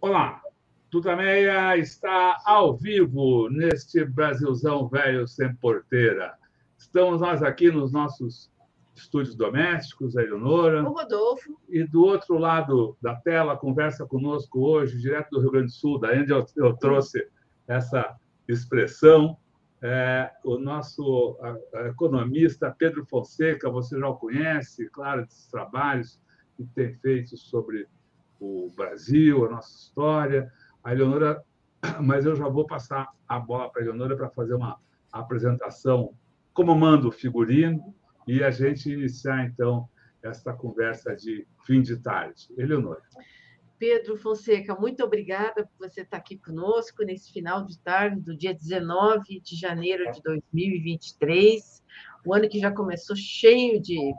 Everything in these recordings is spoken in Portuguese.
Olá, Tutameia está ao vivo neste Brasilzão velho sem porteira. Estamos nós aqui nos nossos estúdios domésticos, a Eleonora. O Rodolfo. E do outro lado da tela, conversa conosco hoje, direto do Rio Grande do Sul, da onde eu trouxe essa expressão, o nosso economista Pedro Fonseca. Você já o conhece, claro, desses trabalhos que tem feito sobre o Brasil, a nossa história. A Eleonora, mas eu já vou passar a bola para a Eleonora para fazer uma apresentação como manda o figurino e a gente iniciar, então, esta conversa de fim de tarde. Eleonora. Pedro Fonseca, muito obrigada por você estar aqui conosco nesse final de tarde do dia 19 de janeiro de 2023, o ano que já começou cheio de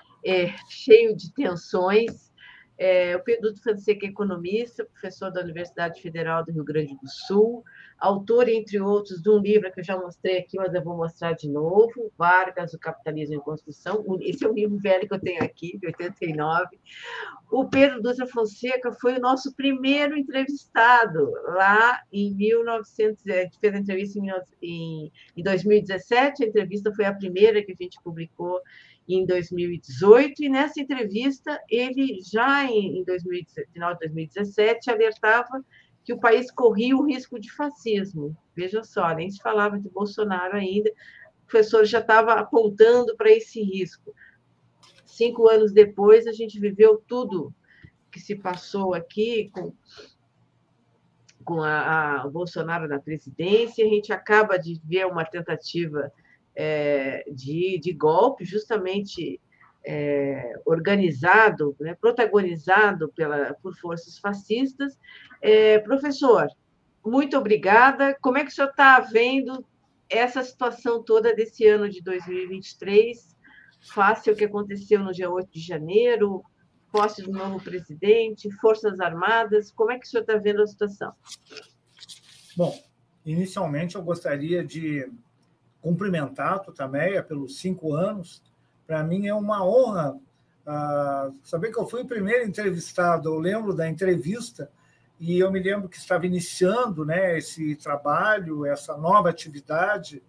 tensões. O Pedro Fonseca é economista, professor da Universidade Federal do Rio Grande do Sul, autor, entre outros, de um livro que eu já mostrei aqui, mas eu vou mostrar de novo, Vargas, O Capitalismo em Construção. Esse é um livro velho que eu tenho aqui, de 89. O Pedro Dutra Fonseca foi o nosso primeiro entrevistado lá em 1900. A gente fez a entrevista em 2017, a entrevista foi a primeira que a gente publicou em 2018, e nessa entrevista ele já final de 2017 alertava que o país corria o risco de fascismo. Veja só, nem se falava de Bolsonaro ainda, o professor já estava apontando para esse risco. 5 anos depois, a gente viveu tudo que se passou aqui com o Bolsonaro na presidência, a gente acaba de ver uma tentativa de golpe, justamente organizado, né, protagonizado por forças fascistas. Professor, muito obrigada. Como é que o senhor está vendo essa situação toda desse ano de 2023, face ao que aconteceu no dia 8 de janeiro, posse do novo presidente, Forças Armadas? Como é que o senhor está vendo a situação? Bom, inicialmente eu gostaria de cumprimentar a Tutameia pelos 5 anos. Para mim é uma honra saber que eu fui o primeiro entrevistado. Eu lembro da entrevista e eu me lembro que estava iniciando, né, esse trabalho, essa nova atividade,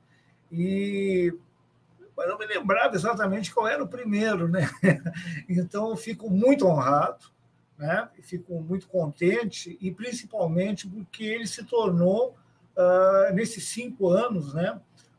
mas não me lembrava exatamente qual era o primeiro, né? Então eu fico muito honrado, né? Fico muito contente, e principalmente porque ele se tornou, nesses 5 anos, né,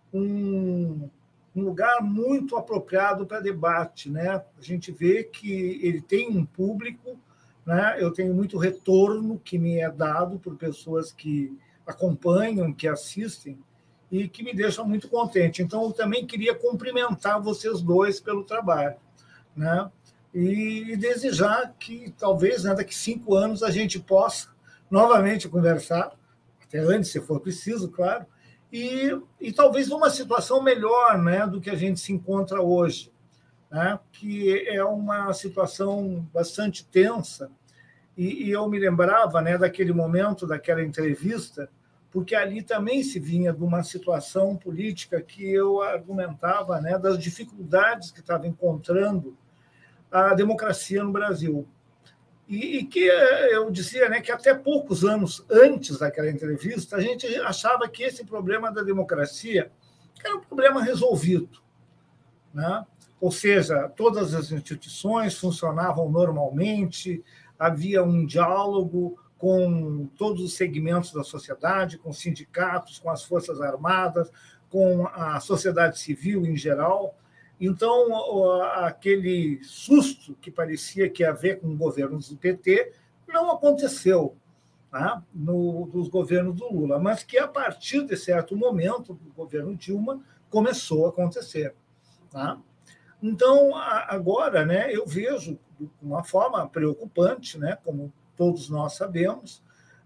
um lugar muito apropriado para debate, né? A gente vê que ele tem um público, né? Eu tenho muito retorno que me é dado por pessoas que acompanham, que assistem, e que me deixam muito contente. Então, eu também queria cumprimentar vocês dois pelo trabalho, né? E desejar que, talvez, né, daqui 5 anos, a gente possa novamente conversar, até antes, se for preciso, claro, e talvez numa situação melhor, né, do que a gente se encontra hoje, né, que é uma situação bastante tensa. E eu me lembrava, né, daquele momento, daquela entrevista, porque ali também se vinha de uma situação política que eu argumentava, né, das dificuldades que estava encontrando a democracia no Brasil. E que eu dizia, né, que até poucos anos antes daquela entrevista, a gente achava que esse problema da democracia era um problema resolvido, né? Ou seja, todas as instituições funcionavam normalmente, havia um diálogo com todos os segmentos da sociedade, com sindicatos, com as Forças Armadas, com a sociedade civil em geral. Então, aquele susto que parecia que ia haver com governos do PT não aconteceu, né, nos governos do Lula, mas que, a partir de certo momento, do governo Dilma, começou a acontecer. Tá? Então, agora, né, eu vejo de uma forma preocupante, né, como todos nós sabemos,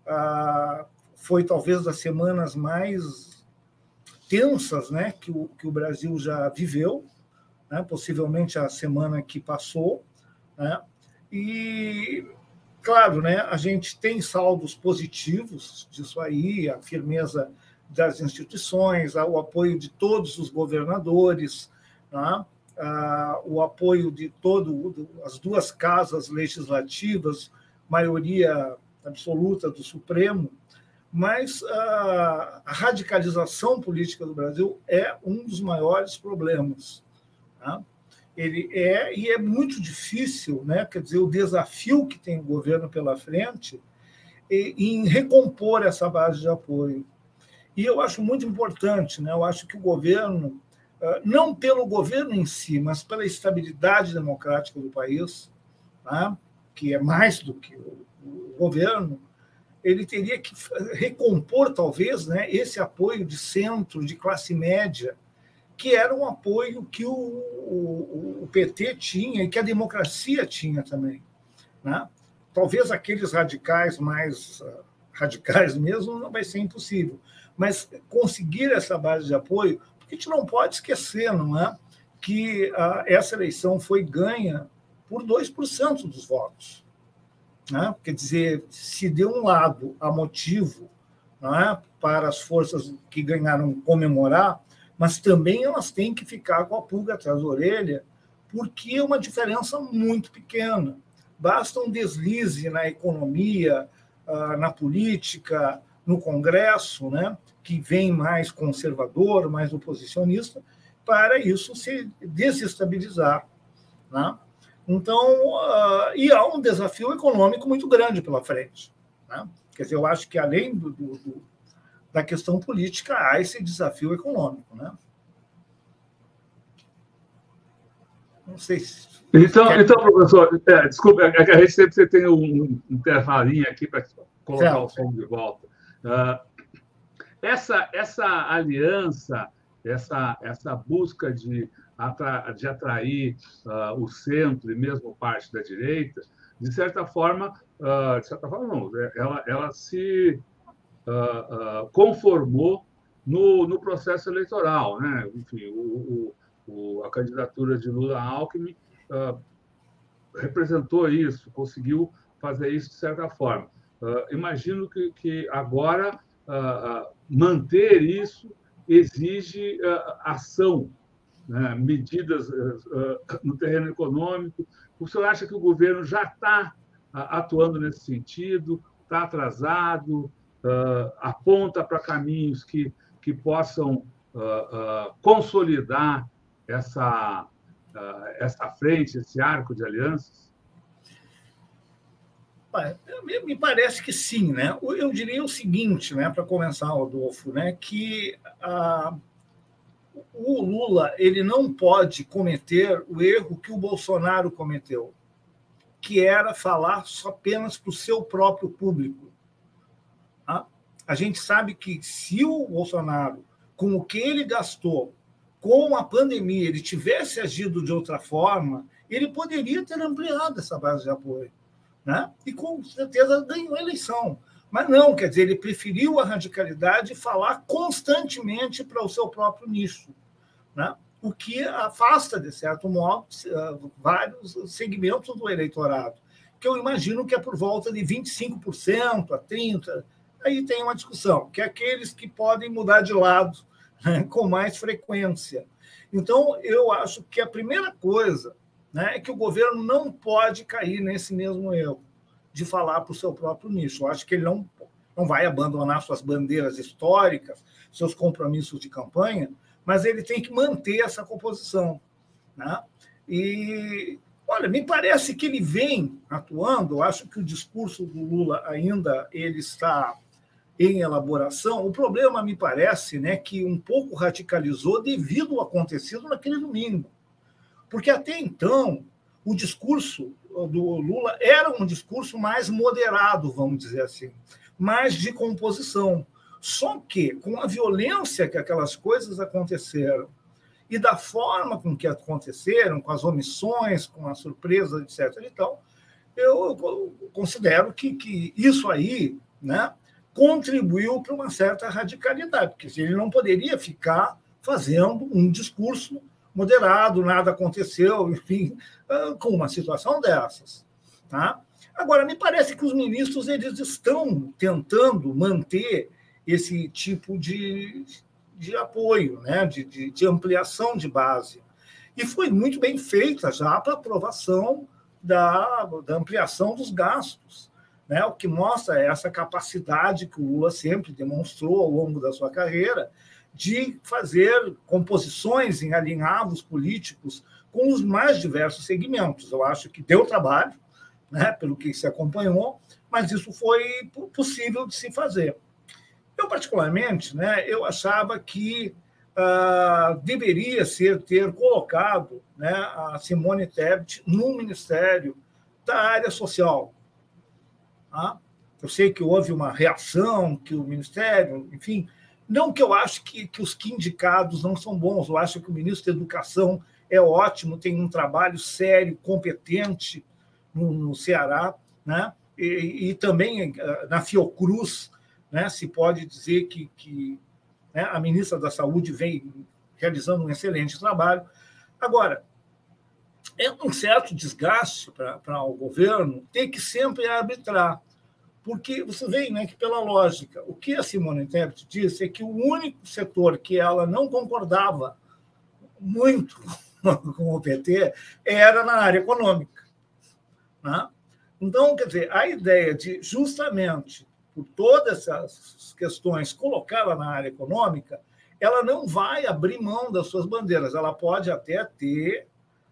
foi talvez das semanas mais tensas, né, que o Brasil já viveu, né, possivelmente a semana que passou, né, e, claro, né, a gente tem saldos positivos disso aí, a firmeza das instituições, o apoio de todos os governadores, né, o apoio de as 2 casas legislativas, maioria absoluta do Supremo, mas a radicalização política do Brasil é um dos maiores problemas. Tá? E é muito difícil, né? Quer dizer, o desafio que tem o governo pela frente em recompor essa base de apoio. E eu acho muito importante, né? Eu acho que o governo, não pelo governo em si, mas pela estabilidade democrática do país, tá? Que é mais do que o governo, ele teria que recompor, talvez, né, esse apoio de centro, de classe média, que era um apoio que o PT tinha e que a democracia tinha também. Né? Talvez aqueles radicais mais radicais mesmo não vai ser impossível, mas conseguir essa base de apoio, porque a gente não pode esquecer, não é, que essa eleição foi ganha por 2% dos votos. Né? Quer dizer, se de um lado há motivo, né, para as forças que ganharam comemorar, mas também elas têm que ficar com a pulga atrás da orelha, porque é uma diferença muito pequena. Basta um deslize na economia, na política, no Congresso, né, que vem mais conservador, mais oposicionista, para isso se desestabilizar. Né? Então, e há um desafio econômico muito grande pela frente. Né? Quer dizer, eu acho que, além da questão política, há esse desafio econômico. Né? Não sei se... Então, professor, desculpa, é que a gente sempre tem um intervalinho aqui para colocar o som de volta. Essa aliança, essa busca de atrair o centro e mesmo parte da direita, de certa forma não, ela se conformou no processo eleitoral, né? Enfim, a candidatura de Lula-Alckmin representou isso, conseguiu fazer isso de certa forma. Imagino que agora manter isso exige ação, né? Medidas no terreno econômico. O senhor acha que o governo já está atuando nesse sentido? Está atrasado? Aponta para caminhos que possam consolidar essa frente, esse arco de alianças? Me parece que sim, né? Eu diria o seguinte, né, para começar, Rodolfo, né, que o Lula ele não pode cometer o erro que o Bolsonaro cometeu, que era falar apenas para o seu próprio público. Tá? A gente sabe que se o Bolsonaro, com o que ele gastou com a pandemia, ele tivesse agido de outra forma, ele poderia ter ampliado essa base de apoio. Né? E com certeza ganhou a eleição. Mas não, quer dizer, ele preferiu a radicalidade e falar constantemente para o seu próprio nicho, né? O que afasta, de certo modo, vários segmentos do eleitorado, que eu imagino que é por volta de 25% a 30%. Aí tem uma discussão, que é aqueles que podem mudar de lado, né, com mais frequência. Então, eu acho que a primeira coisa, né, é que o governo não pode cair nesse mesmo erro de falar para o seu próprio nicho. Eu acho que ele não vai abandonar suas bandeiras históricas, seus compromissos de campanha, mas ele tem que manter essa composição. Né? E, olha, me parece que ele vem atuando, eu acho que o discurso do Lula ainda ele está em elaboração. O problema, me parece, né, que um pouco radicalizou devido ao acontecido naquele domingo. Porque até então, o discurso do Lula era um discurso mais moderado, vamos dizer assim, mais de composição. Só que, com a violência que aquelas coisas aconteceram e da forma com que aconteceram, com as omissões, com a surpresa, etc. e tal, eu considero que isso aí, né, contribuiu para uma certa radicalidade, porque ele não poderia ficar fazendo um discurso moderado, nada aconteceu, enfim, com uma situação dessas. Tá? Agora, me parece que os ministros eles estão tentando manter esse tipo de apoio, né? de ampliação de base. E foi muito bem feita já para aprovação da ampliação dos gastos. né? O que mostra essa capacidade que o Lula sempre demonstrou ao longo da sua carreira de fazer composições em alinhavos políticos com os mais diversos segmentos. Eu acho que deu trabalho, né, pelo que se acompanhou, mas isso foi possível de se fazer. Eu, particularmente, né, eu achava que deveria ter colocado, né, a Simone Tebet no Ministério da área social. Tá? Eu sei que houve uma reação, que o Ministério, enfim, não que eu acho que os indicados não são bons, eu acho que o ministro da Educação é ótimo, tem um trabalho sério, competente no Ceará, né? E também na Fiocruz, né, se pode dizer que né, a ministra da Saúde vem realizando um excelente trabalho. Agora, é um certo desgaste para o governo ter que sempre arbitrar, porque você vê, né, que, pela lógica, o que a Simone Tebet disse é que o único setor que ela não concordava muito com o PT era na área econômica. Né? Então, quer dizer, a ideia de, justamente por todas essas questões, colocá-la na área econômica, ela não vai abrir mão das suas bandeiras. Ela pode até ter,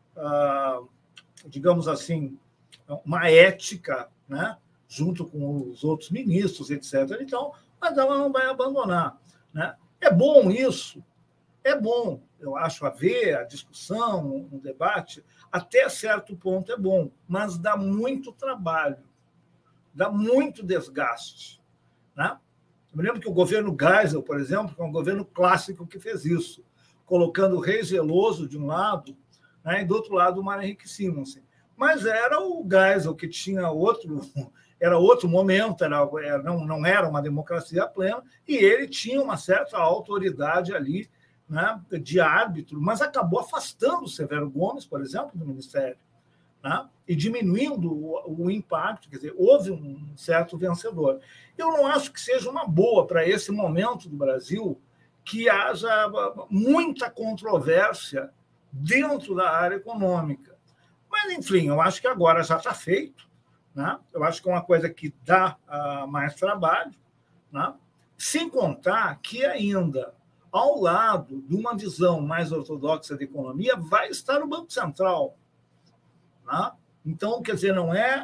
digamos assim, uma ética, né, junto com os outros ministros, etc. Então, mas ela não vai abandonar. Né? É bom isso? É bom. Eu acho haver a discussão, um debate, até certo ponto é bom, mas dá muito trabalho, dá muito desgaste. Né? Eu me lembro que o governo Geisel, por exemplo, que é um governo clássico que fez isso, colocando o Reis Veloso de um lado, né, e do outro lado o Mário Henrique Simonsen. Mas era o Geisel que tinha era outro momento, não era uma democracia plena, e ele tinha uma certa autoridade ali, né, de árbitro, mas acabou afastando o Severo Gomes, por exemplo, do Ministério, né, e diminuindo o impacto, quer dizer, houve um certo vencedor. Eu não acho que seja uma boa para esse momento do Brasil que haja muita controvérsia dentro da área econômica. Mas, enfim, eu acho que agora já está feito. Né? Eu acho que é uma coisa que dá mais trabalho. Né? Sem contar que ainda, ao lado de uma visão mais ortodoxa de economia, vai estar o Banco Central. Né? Então, quer dizer, não é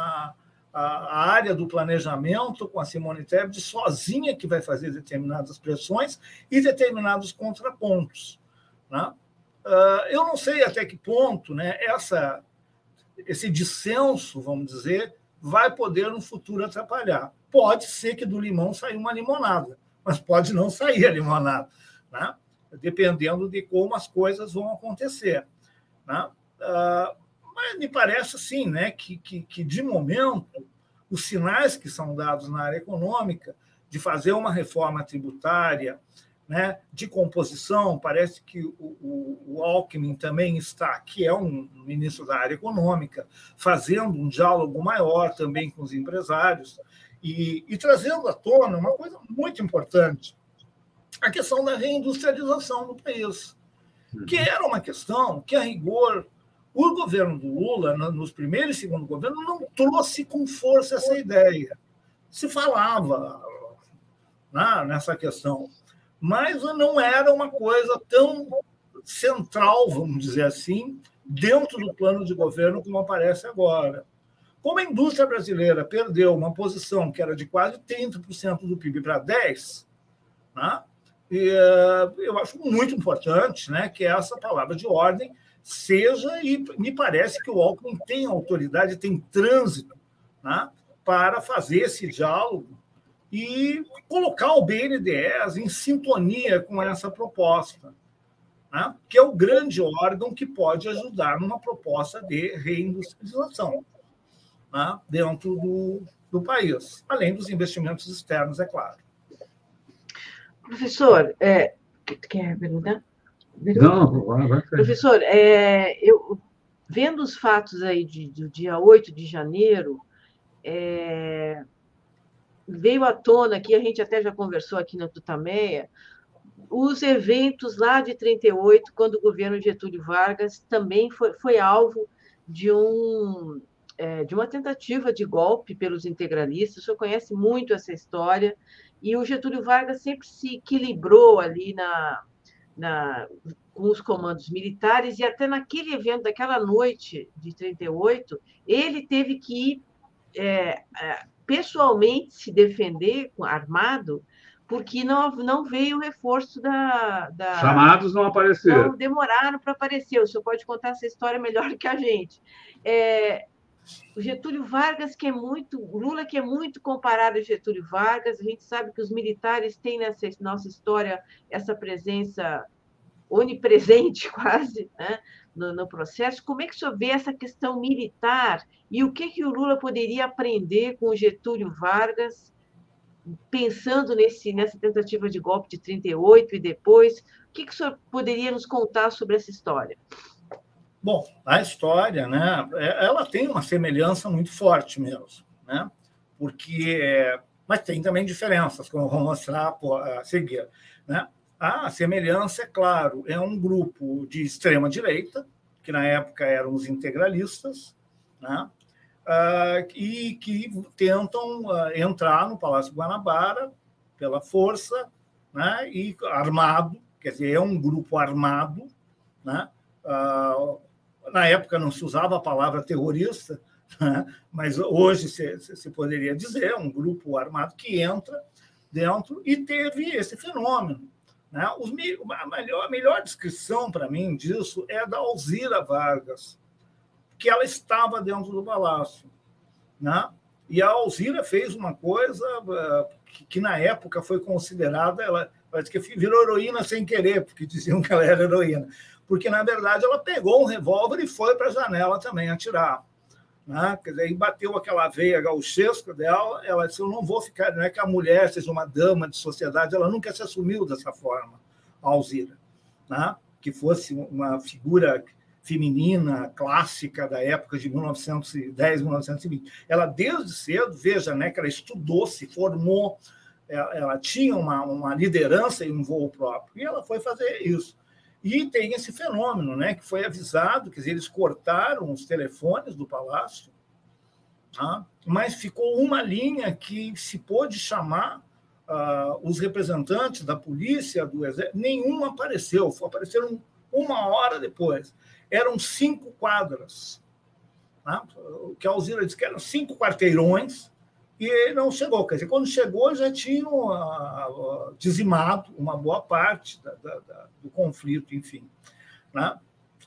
a área do planejamento com a Simone Tebet sozinha que vai fazer determinadas pressões e determinados contrapontos. Né? Eu não sei até que ponto, né, esse dissenso, vamos dizer, vai poder no futuro atrapalhar. Pode ser que do limão saia uma limonada, mas pode não sair a limonada, né? Dependendo de como as coisas vão acontecer. Né? Mas me parece assim, né, que de momento os sinais que são dados na área econômica de fazer uma reforma tributária, né, de composição, parece que o Alckmin também está, que é um ministro da área econômica, fazendo um diálogo maior também com os empresários e trazendo à tona uma coisa muito importante, a questão da reindustrialização do país, que era uma questão que, a rigor, o governo do Lula, nos primeiro e segundo governo, não trouxe com força essa ideia. Se falava, né, nessa questão, mas não era uma coisa tão central, vamos dizer assim, dentro do plano de governo como aparece agora. Como a indústria brasileira perdeu uma posição que era de quase 30% do PIB para 10%, né, eu acho muito importante, né, que essa palavra de ordem seja, e me parece que o Alckmin tem autoridade, tem trânsito, né, para fazer esse diálogo e colocar o BNDES em sintonia com essa proposta, né? Que é o grande órgão que pode ajudar numa proposta de reindustrialização, né, dentro do país, além dos investimentos externos, é claro. Professor, quer perguntar? Não, vai. Professor, eu, vendo os fatos aí do dia 8 de janeiro, veio à tona, que a gente até já conversou aqui na Tutameia, os eventos lá de 38, quando o governo Getúlio Vargas também foi alvo de de uma tentativa de golpe pelos integralistas. O senhor conhece muito essa história, e o Getúlio Vargas sempre se equilibrou ali com os comandos militares, e até naquele evento, daquela noite de 38, ele teve que ir pessoalmente se defender armado, porque não veio o reforço Chamados não apareceram. Não, demoraram para aparecer. O senhor pode contar essa história melhor que a gente. O Getúlio Vargas, o Lula, que é muito comparado ao Getúlio Vargas, a gente sabe que os militares têm nessa nossa história essa presença onipresente quase, né, no processo. Como é que o senhor vê essa questão militar e o que o Lula poderia aprender com o Getúlio Vargas, pensando nessa tentativa de golpe de 38 e depois? O que o senhor poderia nos contar sobre essa história? Bom, a história, né, ela tem uma semelhança muito forte mesmo, né, mas tem também diferenças, como eu vou mostrar a seguir, né? A semelhança, é claro, é um grupo de extrema-direita, que na época eram os integralistas, né? E que tentam entrar no Palácio Guanabara pela força, né? E armado, quer dizer, é um grupo armado, né? Na época não se usava a palavra terrorista, né? Mas hoje se poderia dizer, um grupo armado que entra dentro, e teve esse fenômeno. Né? A melhor descrição para mim disso é da Alzira Vargas, que ela estava dentro do palácio, né? E a Alzira fez uma coisa que na época foi considerada, ela parece que virou heroína sem querer, porque diziam que ela era heroína, porque na verdade ela pegou um revólver e foi para a janela também atirar, né? Quer dizer, e bateu aquela veia gauchesca dela. Ela disse: eu não vou ficar, não é que a mulher seja uma dama de sociedade, ela nunca se assumiu dessa forma, a Alzira, né? Que fosse uma figura feminina clássica da época de 1910, 1920. Ela, desde cedo, veja, né, que ela estudou, se formou, ela tinha uma liderança e um voo próprio, e ela foi fazer isso. E tem esse fenômeno, né, que foi avisado, quer dizer, eles cortaram os telefones do palácio, tá? Mas ficou uma linha que se pôde chamar os representantes da polícia, do exército, nenhum apareceu, apareceram uma hora depois. Eram 5 quadras, tá? O que a Alzira disse que eram 5 quarteirões, e não chegou. Quer dizer, quando chegou, já tinham dizimado uma boa parte do conflito, enfim, né?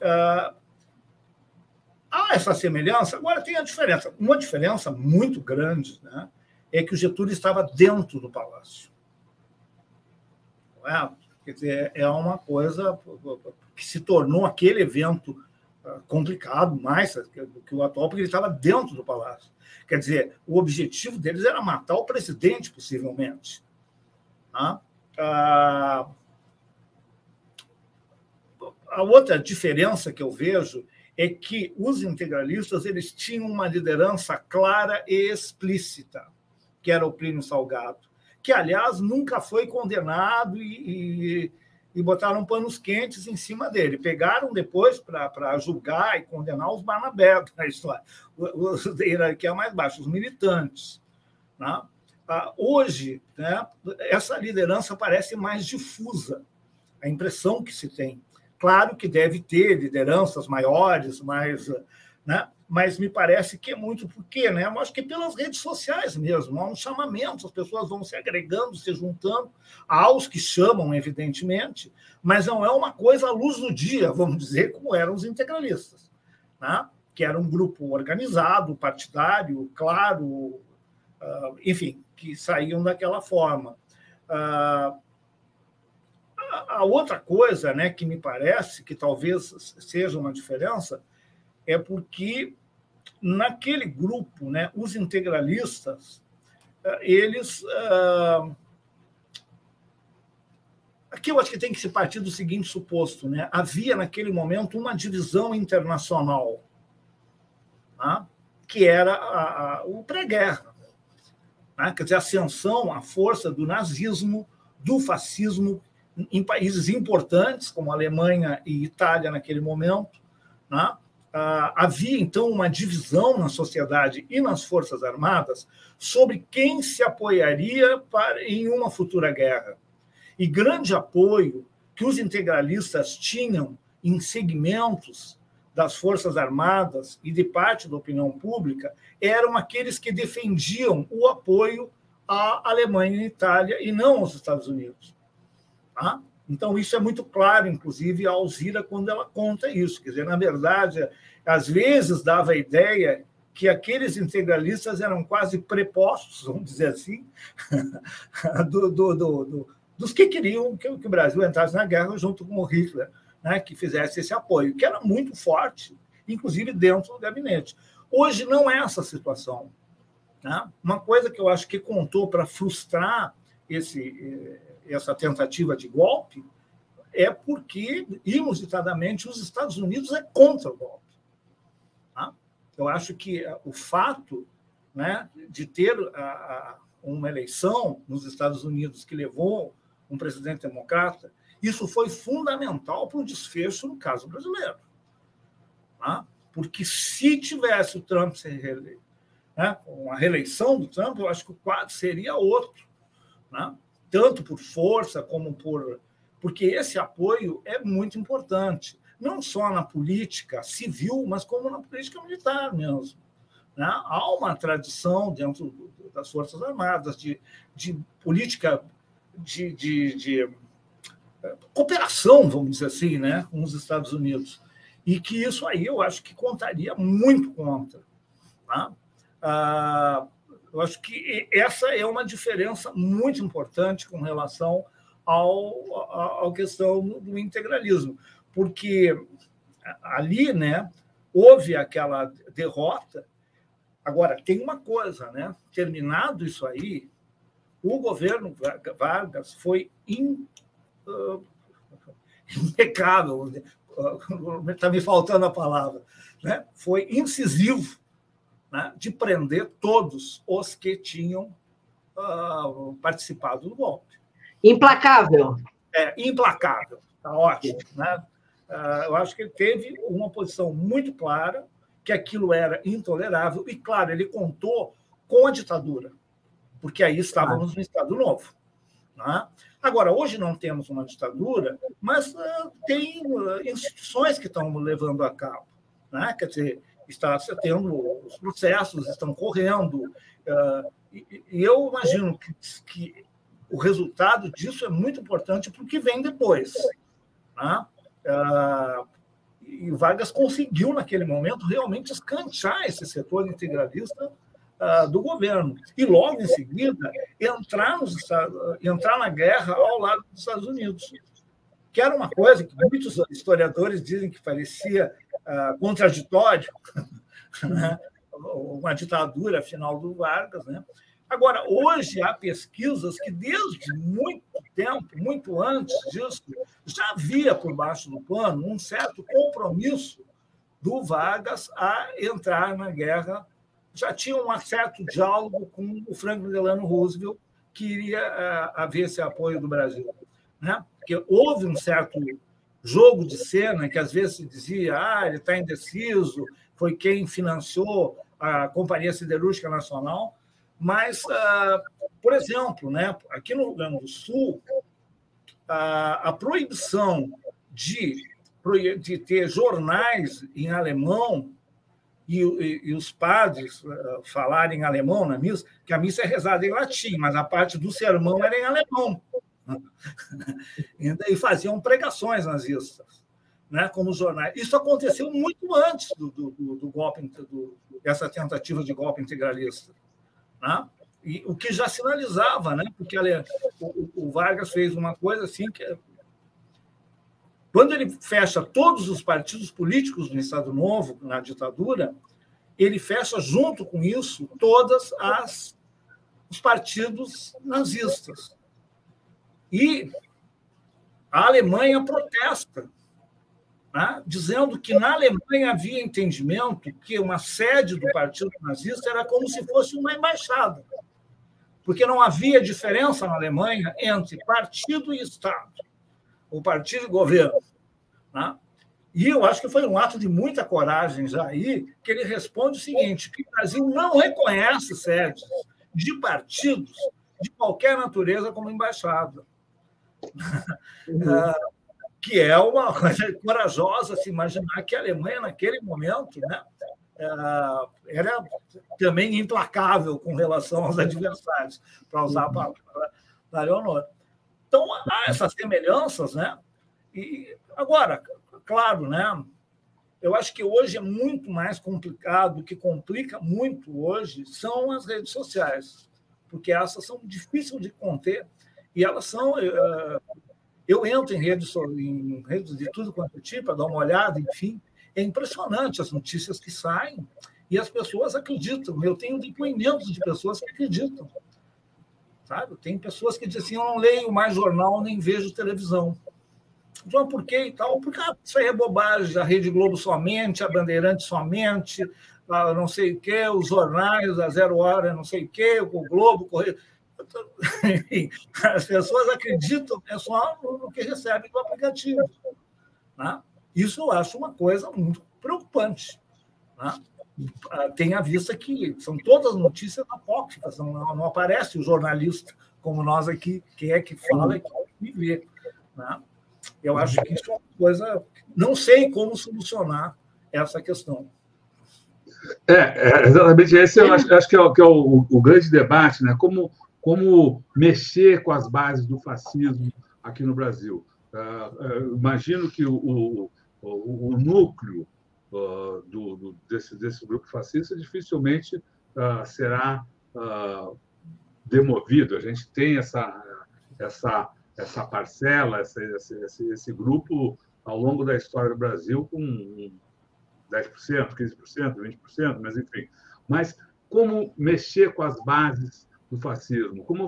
Há essa semelhança. Agora, tem a diferença. Uma diferença muito grande, né, é que o Getúlio estava dentro do palácio. Não é? Quer dizer, é uma coisa que se tornou aquele evento complicado mais do que o atual, porque ele estava dentro do palácio. Quer dizer, o objetivo deles era matar o presidente, possivelmente. Tá? A outra diferença que eu vejo é que os integralistas eles tinham uma liderança clara e explícita, que era o Plínio Salgado, que, aliás, nunca foi condenado e botaram panos quentes em cima dele. Pegaram depois para julgar e condenar os Barnabé na história, os da hierarquia mais baixa, os militantes. Né? Hoje, né, essa liderança parece mais difusa, a impressão que se tem. Claro que deve ter lideranças maiores, né? Mas me parece que é muito porque, né? Eu acho que pelas redes sociais mesmo, há um chamamento, as pessoas vão se agregando, se juntando, aos que chamam, evidentemente, mas não é uma coisa à luz do dia, vamos dizer, como eram os integralistas, né? Que era um grupo organizado, partidário, claro, enfim, que saíam daquela forma. A outra coisa, né, que me parece que talvez seja uma diferença é porque naquele grupo, né, os integralistas, eles... Aqui eu acho que tem que se partir do seguinte suposto, né? Havia, naquele momento, uma divisão internacional, tá? Que era o pré-guerra, tá? Quer dizer, a ascensão, a força do nazismo, do fascismo, em países importantes, como Alemanha e Itália naquele momento, né? havia, então, uma divisão na sociedade e nas Forças Armadas sobre quem se apoiaria em uma futura guerra. E grande apoio que os integralistas tinham em segmentos das Forças Armadas e de parte da opinião pública eram aqueles que defendiam o apoio à Alemanha e à Itália e não aos Estados Unidos. Tá? Então, isso é muito claro, inclusive, a Alzira, quando ela conta isso. Quer dizer, na verdade, às vezes dava a ideia que aqueles integralistas eram quase prepostos, vamos dizer assim, dos que queriam que o Brasil entrasse na guerra junto com o Hitler, né, que fizesse esse apoio, que era muito forte, inclusive dentro do gabinete. Hoje não é essa situação. Né? Uma coisa que eu acho que contou para frustrar essa tentativa de golpe é porque, inusitadamente, os Estados Unidos é contra o golpe. Tá? Eu acho que o fato, né, de ter uma eleição nos Estados Unidos que levou um presidente democrata, isso foi fundamental para o desfecho no caso brasileiro. Tá? Porque se tivesse o Trump se reeleito, né, uma reeleição do Trump, eu acho que o quadro seria outro. Né? Tanto por força como porque esse apoio é muito importante, não só na política civil, mas como na política militar mesmo. Né? Há uma tradição dentro das Forças Armadas de política de cooperação, vamos dizer assim, né, com os Estados Unidos, e que isso aí eu acho que contaria muito contra. Tá? Eu acho que essa é uma diferença muito importante com relação à questão do integralismo, porque ali, né, houve aquela derrota. Agora, tem uma coisa, né? Terminado isso aí, o governo Vargas foi impecável, está me faltando a palavra, né? Foi incisivo, né, de prender todos os que tinham participado do golpe. Implacável. Implacável, está ótimo. Né? Eu acho que ele teve uma posição muito clara, que aquilo era intolerável, e, claro, ele contou com a ditadura, porque aí estávamos no Estado Novo. Né? Agora, hoje não temos uma ditadura, mas tem instituições que estão levando a cabo. Né? Quer dizer, está tendo os processos, estão correndo, e eu imagino que o resultado disso é muito importante para o que vem depois. Né? E o Vargas conseguiu, naquele momento, realmente escantear esse setor integralista do governo. E, logo em seguida, entrar na guerra ao lado dos Estados Unidos, que era uma coisa que muitos historiadores dizem que parecia contraditório, né? Uma ditadura final do Vargas. Né? Agora, hoje há pesquisas que, desde muito tempo, muito antes disso, já havia por baixo do pano um certo compromisso do Vargas a entrar na guerra. Já tinha um certo diálogo com o Franklin Delano Roosevelt, que iria haver esse apoio do Brasil. Né? Porque houve um certo jogo de cena que, às vezes, se dizia ele está indeciso, foi quem financiou a Companhia Siderúrgica Nacional. Mas, por exemplo, né, aqui no Rio Grande do Sul, a proibição de ter jornais em alemão e os padres falarem alemão na missa, que a missa é rezada em latim, mas a parte do sermão era em alemão. E faziam pregações nazistas, né, como jornais. Isso aconteceu muito antes do golpe, dessa tentativa de golpe integralista. Né? E o que já sinalizava, né? Porque o Vargas fez uma coisa assim que, quando ele fecha todos os partidos políticos no Estado Novo, na ditadura, ele fecha junto com isso todos os partidos nazistas. E a Alemanha protesta, né? Dizendo que na Alemanha havia entendimento que uma sede do Partido Nazista era como se fosse uma embaixada, porque não havia diferença na Alemanha entre partido e Estado, o partido e governo. Né? E eu acho que foi um ato de muita coragem já aí, que ele responde o seguinte, que o Brasil não reconhece sedes de partidos de qualquer natureza como embaixada. Que é uma coisa corajosa se imaginar que a Alemanha, naquele momento, né, era também implacável com relação aos adversários, para usar a palavra da Leonor. Então, há essas semelhanças, né? E agora, claro, né? Eu acho que hoje é muito mais complicado, o que complica muito hoje são as redes sociais, porque essas são difíceis de conter e elas são... Eu entro em redes de tudo quanto é tipo, para dar uma olhada, enfim. É impressionante as notícias que saem e as pessoas acreditam. Eu tenho depoimentos de pessoas que acreditam. Sabe? Tem pessoas que dizem assim, eu não leio mais jornal, nem vejo televisão. Então, por quê e tal? Porque isso aí é bobagem. A Rede Globo somente, a Bandeirante somente, a não sei o quê, os jornais, a Zero Hora, não sei o quê, o Globo, o Correio... As pessoas acreditam só no que recebem do aplicativo. Né? Isso eu acho uma coisa muito preocupante. Né? Tenha à vista que são todas notícias apócrifas, não aparece o jornalista como nós aqui, que é que fala e que vê. Né? Eu acho que isso é uma coisa... Não sei como solucionar essa questão. Exatamente esse eu acho que é o grande debate, né? Como mexer com as bases do fascismo aqui no Brasil. Imagino que o núcleo desse grupo fascista dificilmente será demovido. A gente tem essa parcela, esse grupo ao longo da história do Brasil com 10%, 15%, 20%, mas enfim. Mas como mexer com as bases do fascismo, como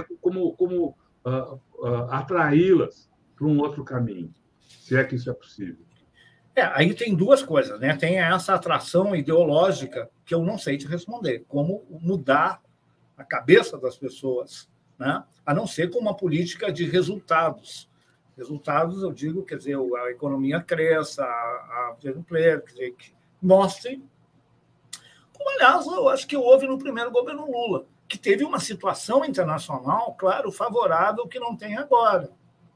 atraí-las para um outro caminho, se é que isso é possível. Aí tem duas coisas, né? Tem essa atração ideológica que eu não sei te responder, como mudar a cabeça das pessoas, né? A não ser com uma política de resultados. Resultados, eu digo, quer dizer, a economia cresça, a emprego, quer dizer, que mostre, como, aliás, eu acho que houve no primeiro governo Lula, que teve uma situação internacional, claro, favorável que não tem agora.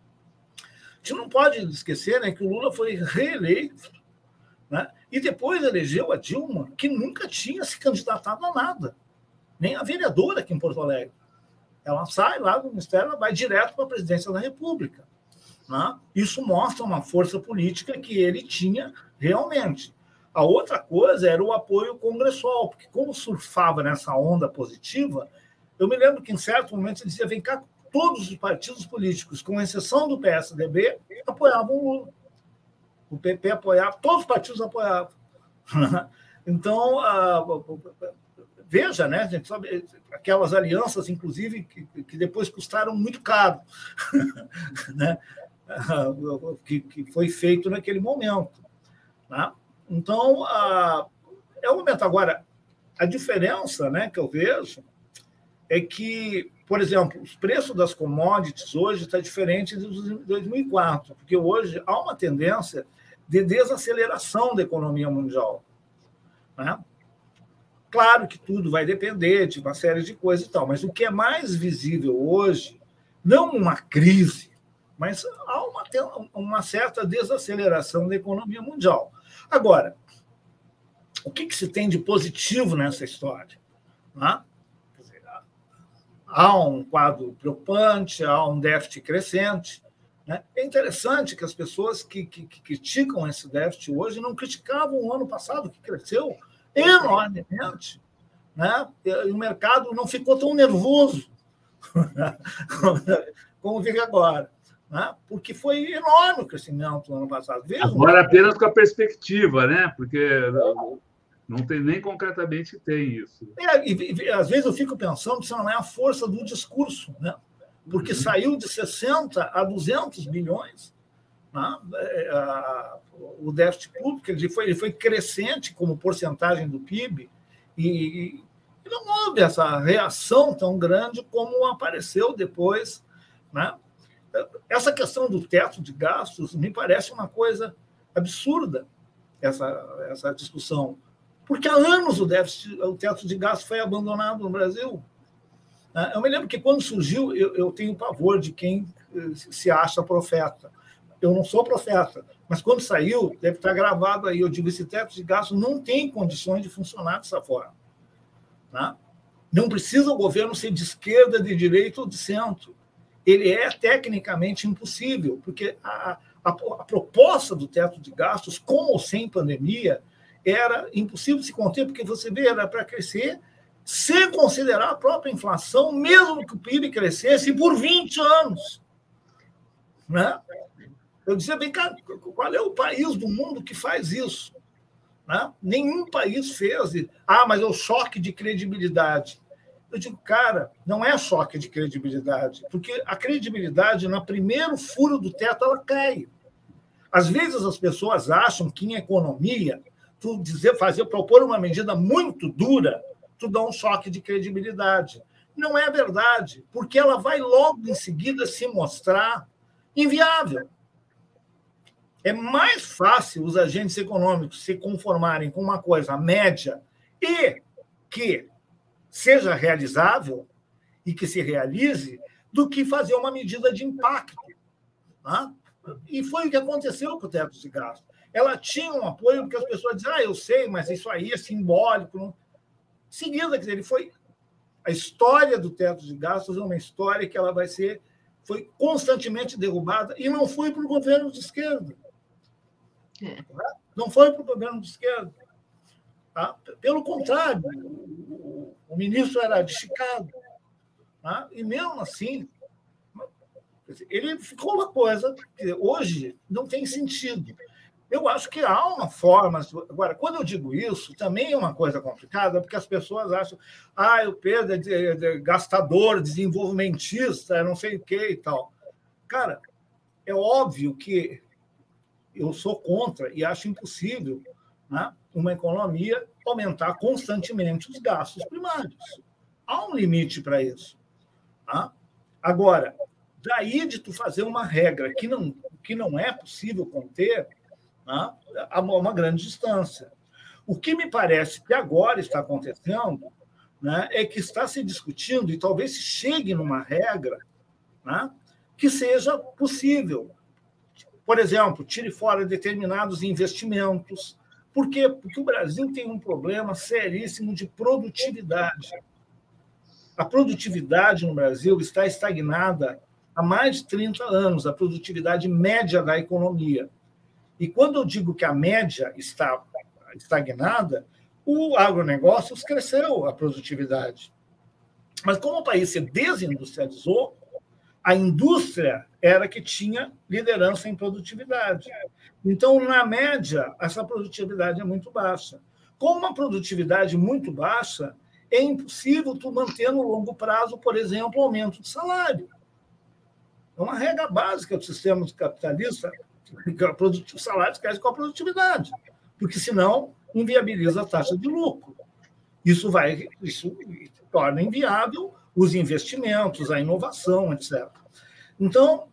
A gente não pode esquecer, né, que o Lula foi reeleito, né, e depois elegeu a Dilma, que nunca tinha se candidatado a nada, nem a vereadora aqui em Porto Alegre. Ela sai lá do Ministério, ela vai direto para a presidência da República. Né? Isso mostra uma força política que ele tinha realmente. A outra coisa era o apoio congressual, porque como surfava nessa onda positiva, eu me lembro que em certo momento ele dizia, vem cá, todos os partidos políticos, com exceção do PSDB, apoiavam o Lula. O PP apoiava, todos os partidos apoiavam. Então, veja, né, gente, sabe, aquelas alianças, inclusive, que depois custaram muito caro, né, que foi feito naquele momento. Né? Então, é o momento. Agora, a diferença, né, que eu vejo é que, por exemplo, os preços das commodities hoje está diferente de 2004, porque hoje há uma tendência de desaceleração da economia mundial. Né? Claro que tudo vai depender de uma série de coisas e tal, mas o que é mais visível hoje, não uma crise, mas há uma certa desaceleração da economia mundial. Agora, o que se tem de positivo nessa história? Né? Quer dizer, há um quadro preocupante, há um déficit crescente. Né? É interessante que as pessoas que criticam esse déficit hoje não criticavam o ano passado, que cresceu enormemente. Né? E o mercado não ficou tão nervoso como fica agora. Né? Porque foi enorme o crescimento no ano passado. Agora apenas com a perspectiva, né? Porque não tem nem concretamente tem isso. E às vezes eu fico pensando se não é a força do discurso, né? Porque saiu de 60 a 200 bilhões. Né? O déficit público ele foi crescente como porcentagem do PIB e não houve essa reação tão grande como apareceu depois. Né? Essa questão do teto de gastos me parece uma coisa absurda essa discussão, porque há anos o teto de gasto foi abandonado no Brasil. Eu me lembro que, quando surgiu, eu tenho pavor de quem se acha profeta. Eu não sou profeta, mas quando saiu, deve estar gravado aí, eu digo, esse teto de gasto não tem condições de funcionar dessa forma. Né? Não precisa o governo ser de esquerda, de direita ou de centro. Ele é tecnicamente impossível, porque a proposta do teto de gastos, com ou sem pandemia, era impossível se conter, porque você vê, era para crescer sem considerar a própria inflação, mesmo que o PIB crescesse por 20 anos. Né? Eu dizia, vem cá, qual é o país do mundo que faz isso? Né? Nenhum país fez. Mas é o choque de credibilidade. Eu digo, cara, não é choque de credibilidade, porque a credibilidade, no primeiro furo do teto, ela cai. Às vezes as pessoas acham que, em economia, propor uma medida muito dura, tu dá um choque de credibilidade. Não é verdade, porque ela vai logo em seguida se mostrar inviável. É mais fácil os agentes econômicos se conformarem com uma coisa média e que seja realizável e que se realize, do que fazer uma medida de impacto. Tá? E foi o que aconteceu com o teto de gasto. Ela tinha um apoio, porque as pessoas diziam, eu sei, mas isso aí é simbólico. Não? Em seguida, quer dizer, a história do teto de gastos é uma história que ela foi constantemente derrubada, e não foi para o governo de esquerda. Não foi para o governo de esquerda. Tá? Pelo contrário, o ministro era de Chicago. Tá? E, mesmo assim, ele ficou uma coisa que hoje não tem sentido. Eu acho que há uma forma... Agora, quando eu digo isso, também é uma coisa complicada, porque as pessoas acham o Pedro é gastador, desenvolvimentista, não sei o quê e tal. Cara, é óbvio que eu sou contra e acho impossível, né, uma economia aumentar constantemente os gastos primários. Há um limite para isso. Tá? Agora, daí de tu fazer uma regra que não é possível conter, tá, há uma grande distância. O que me parece que agora está acontecendo, né, é que está se discutindo, e talvez se chegue numa regra, né, que seja possível. Por exemplo, tire fora determinados investimentos. Por quê? Porque o Brasil tem um problema seríssimo de produtividade. A produtividade no Brasil está estagnada há mais de 30 anos, a produtividade média da economia. E quando eu digo que a média está estagnada, o agronegócio cresceu a produtividade. Mas como o país se desindustrializou, a indústria era que tinha liderança em produtividade. Então, na média, essa produtividade é muito baixa. Com uma produtividade muito baixa, é impossível tu manter no longo prazo, por exemplo, o aumento de salário. É uma regra básica do sistema capitalista, que o salário cresce com a produtividade, porque senão inviabiliza a taxa de lucro. Isso torna inviável os investimentos, a inovação, etc. Então,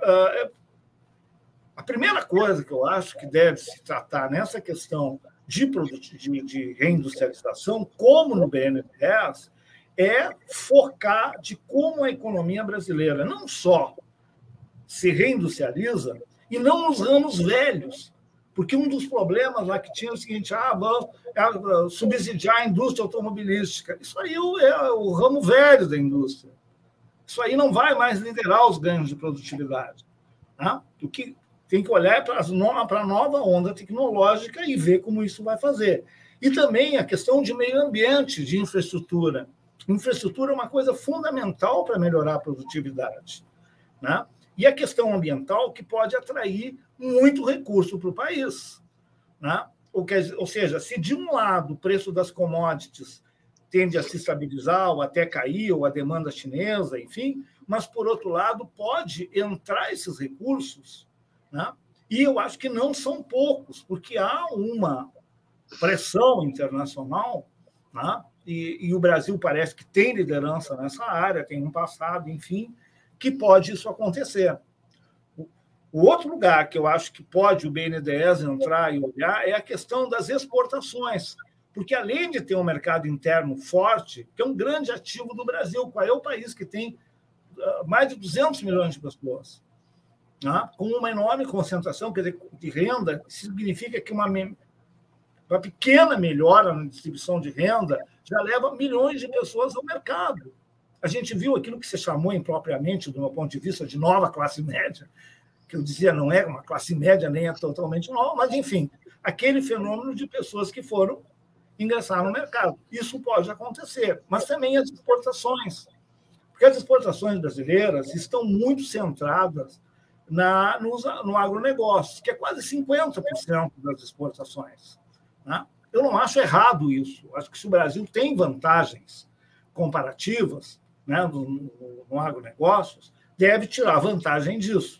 a primeira coisa que eu acho que deve se tratar nessa questão de reindustrialização, como no BNDES, é focar de como a economia brasileira não só se reindustrializa, e não nos ramos velhos, porque um dos problemas lá que tinha é o seguinte, vamos subsidiar a indústria automobilística. Isso aí é o ramo velho da indústria. Isso aí não vai mais liderar os ganhos de produtividade. Tá? O que tem que olhar para a nova onda tecnológica e ver como isso vai fazer. E também a questão de meio ambiente, de infraestrutura. Infraestrutura é uma coisa fundamental para melhorar a produtividade. Né? E a questão ambiental, que pode atrair muito recurso para o país. Né? Ou seja, se de um lado o preço das commodities tende a se estabilizar ou até cair, ou a demanda chinesa, enfim, mas, por outro lado, pode entrar esses recursos, né? E eu acho que não são poucos, porque há uma pressão internacional, né? E o Brasil parece que tem liderança nessa área, tem um passado, enfim, que pode isso acontecer. O outro lugar que eu acho que pode o BNDES entrar e olhar é a questão das exportações, porque além de ter um mercado interno forte, que é um grande ativo do Brasil, qual é o país que tem mais de 200 milhões de pessoas, né? Com uma enorme concentração, quer dizer, de renda, significa que uma pequena melhora na distribuição de renda já leva milhões de pessoas ao mercado. A gente viu aquilo que se chamou impropriamente, do meu ponto de vista, de nova classe média, que eu dizia não é uma classe média, nem é totalmente nova, mas, enfim, aquele fenômeno de pessoas que foram ingressar no mercado. Isso pode acontecer, mas também as exportações, porque as exportações brasileiras estão muito centradas no agronegócio, que é quase 50% das exportações. Né? Eu não acho errado isso. Acho que se o Brasil tem vantagens comparativas, né, no agronegócio, deve tirar vantagem disso.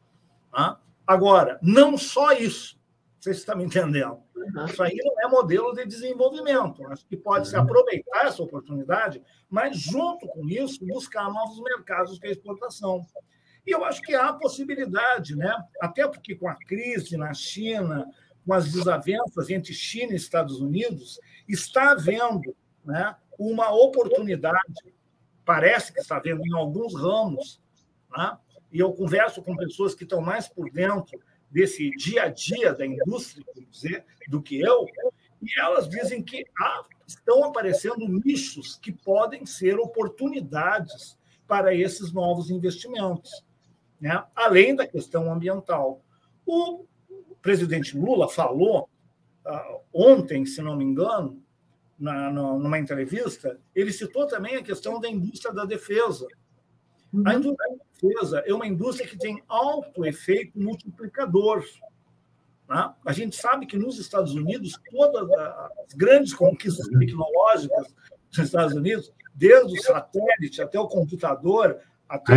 Agora, não só isso, vocês estão me entendendo. Isso aí não é modelo de desenvolvimento. Acho que pode-se aproveitar essa oportunidade, mas, junto com isso, buscar novos mercados de exportação. E eu acho que há possibilidade, né? Até porque com a crise na China, com as desavenças entre China e Estados Unidos, está havendo, né, uma oportunidade, parece que está havendo em alguns ramos, né? E eu converso com pessoas que estão mais por dentro desse dia a dia da indústria, vamos dizer, do que eu, e elas dizem que estão aparecendo nichos que podem ser oportunidades para esses novos investimentos, né? Além da questão ambiental. O presidente Lula falou ontem, se não me engano, numa entrevista, ele citou também a questão da indústria da defesa. A indústria da defesa é uma indústria que tem alto efeito multiplicador. Né? A gente sabe que nos Estados Unidos, todas as grandes conquistas tecnológicas dos Estados Unidos, desde o satélite até o computador, até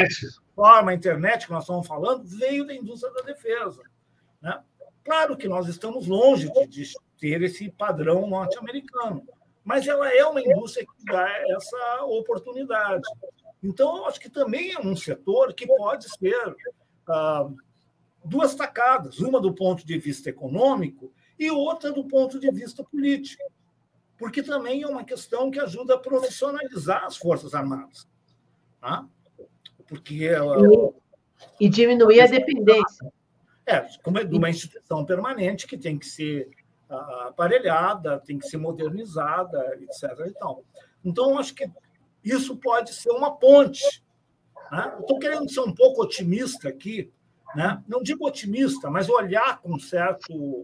a internet que nós estamos falando, veio da indústria da defesa. Né? Claro que nós estamos longe de ter esse padrão norte-americano, mas ela é uma indústria que dá essa oportunidade. Então, eu acho que também é um setor que pode ser duas tacadas, uma do ponto de vista econômico e outra do ponto de vista político, porque também é uma questão que ajuda a profissionalizar as Forças Armadas. Tá? Porque e diminuir a dependência. Como é de uma instituição permanente que tem que ser aparelhada, tem que ser modernizada, etc. E tal. Então, eu acho que isso pode ser uma ponte. Né? Estou querendo ser um pouco otimista aqui, né? Não digo otimista, mas olhar com certo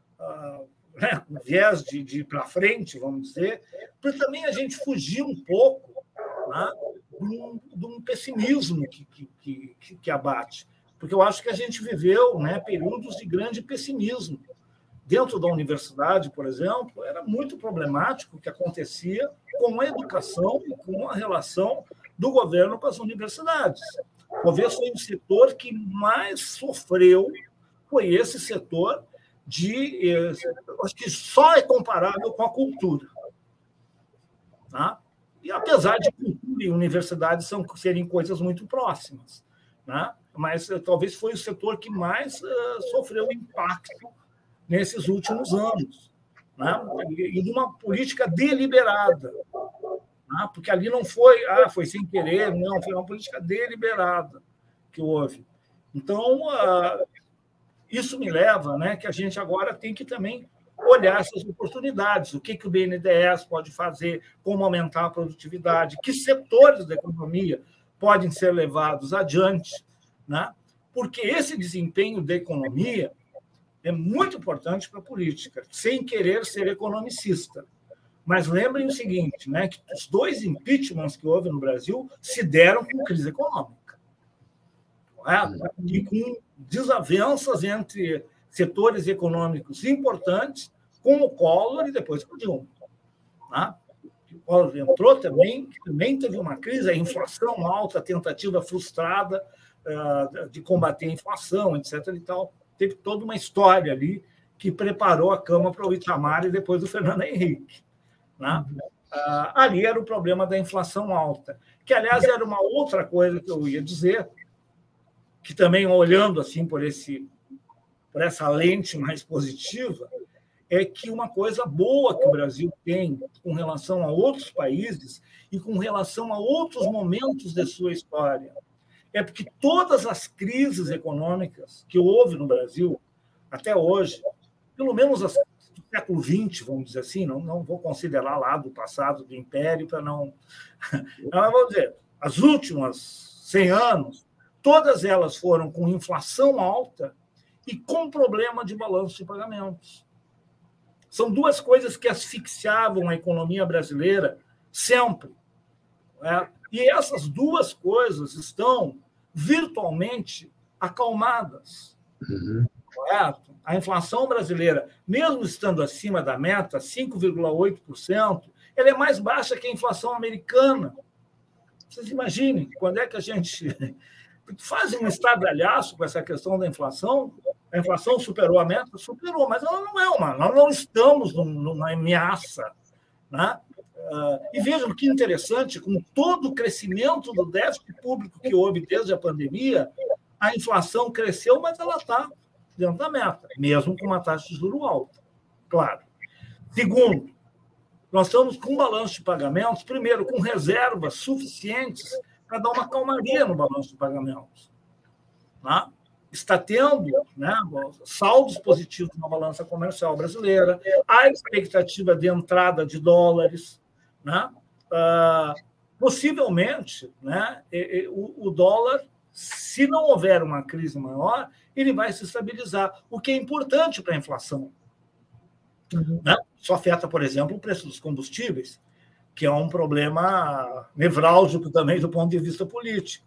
viés de ir para frente, vamos dizer, para também a gente fugir um pouco, né, de um pessimismo que abate. Porque eu acho que a gente viveu, né, períodos de grande pessimismo. Dentro da universidade, por exemplo, era muito problemático o que acontecia com a educação e com a relação do governo com as universidades. Talvez foi o setor que mais sofreu, foi esse setor acho que só é comparável com a cultura. Tá? E apesar de cultura e universidades serem coisas muito próximas, né? Mas talvez foi o setor que mais sofreu impacto nesses últimos anos, né? E de uma política deliberada, né? Porque ali não foi, foi sem querer, não, foi uma política deliberada que houve. Então, isso me leva, né, que a gente agora tem que também olhar essas oportunidades, o que o BNDES pode fazer, como aumentar a produtividade, que setores da economia podem ser levados adiante, né? Porque esse desempenho da economia é muito importante para a política, sem querer ser economicista. Mas lembrem o seguinte, né, que os 2 impeachments que houve no Brasil se deram com crise econômica. Não é? E com desavenças entre setores econômicos importantes, com o Collor e depois com o Dilma. Né? O Collor entrou também teve uma crise, a inflação alta, a tentativa frustrada de combater a inflação, etc. E tal. Teve toda uma história ali que preparou a cama para o Itamar e depois do Fernando Henrique. Né? Ali era o problema da inflação alta, que, aliás, era uma outra coisa que eu ia dizer, que também, olhando assim por essa lente mais positiva, é que uma coisa boa que o Brasil tem com relação a outros países e com relação a outros momentos de sua história é porque todas as crises econômicas que houve no Brasil até hoje, pelo menos as do século XX, vamos dizer assim, não vou considerar lá do passado do Império para não... Mas vou dizer, as últimas 100 anos, todas elas foram com inflação alta e com problema de balanço de pagamentos. São duas coisas que asfixiavam a economia brasileira sempre. Né? E essas duas coisas estão virtualmente acalmadas. Correto? A inflação brasileira, mesmo estando acima da meta, 5,8%, ela é mais baixa que a inflação americana. Vocês imaginem quando é que a gente faz um estardalhaço com essa questão da inflação. A inflação superou a meta? Superou, mas ela não é nós não estamos numa ameaça. Né? E vejam que interessante, com todo o crescimento do déficit público que houve desde a pandemia, a inflação cresceu, mas ela está dentro da meta, mesmo com uma taxa de juros alta, claro. Segundo, nós estamos com balanço de pagamentos, primeiro, com reservas suficientes para dar uma calmaria no balanço de pagamentos. Tá? Está tendo, né, saldos positivos na balança comercial brasileira, a expectativa de entrada de dólares, né? Possivelmente, né, o dólar, se não houver uma crise maior, ele vai se estabilizar, o que é importante para a inflação. Né? Isso afeta, por exemplo, o preço dos combustíveis, que é um problema nevrálgico também do ponto de vista político.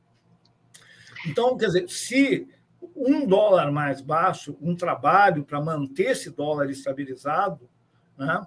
Então, quer dizer, se $1 mais baixo, um trabalho para manter esse dólar estabilizado, né,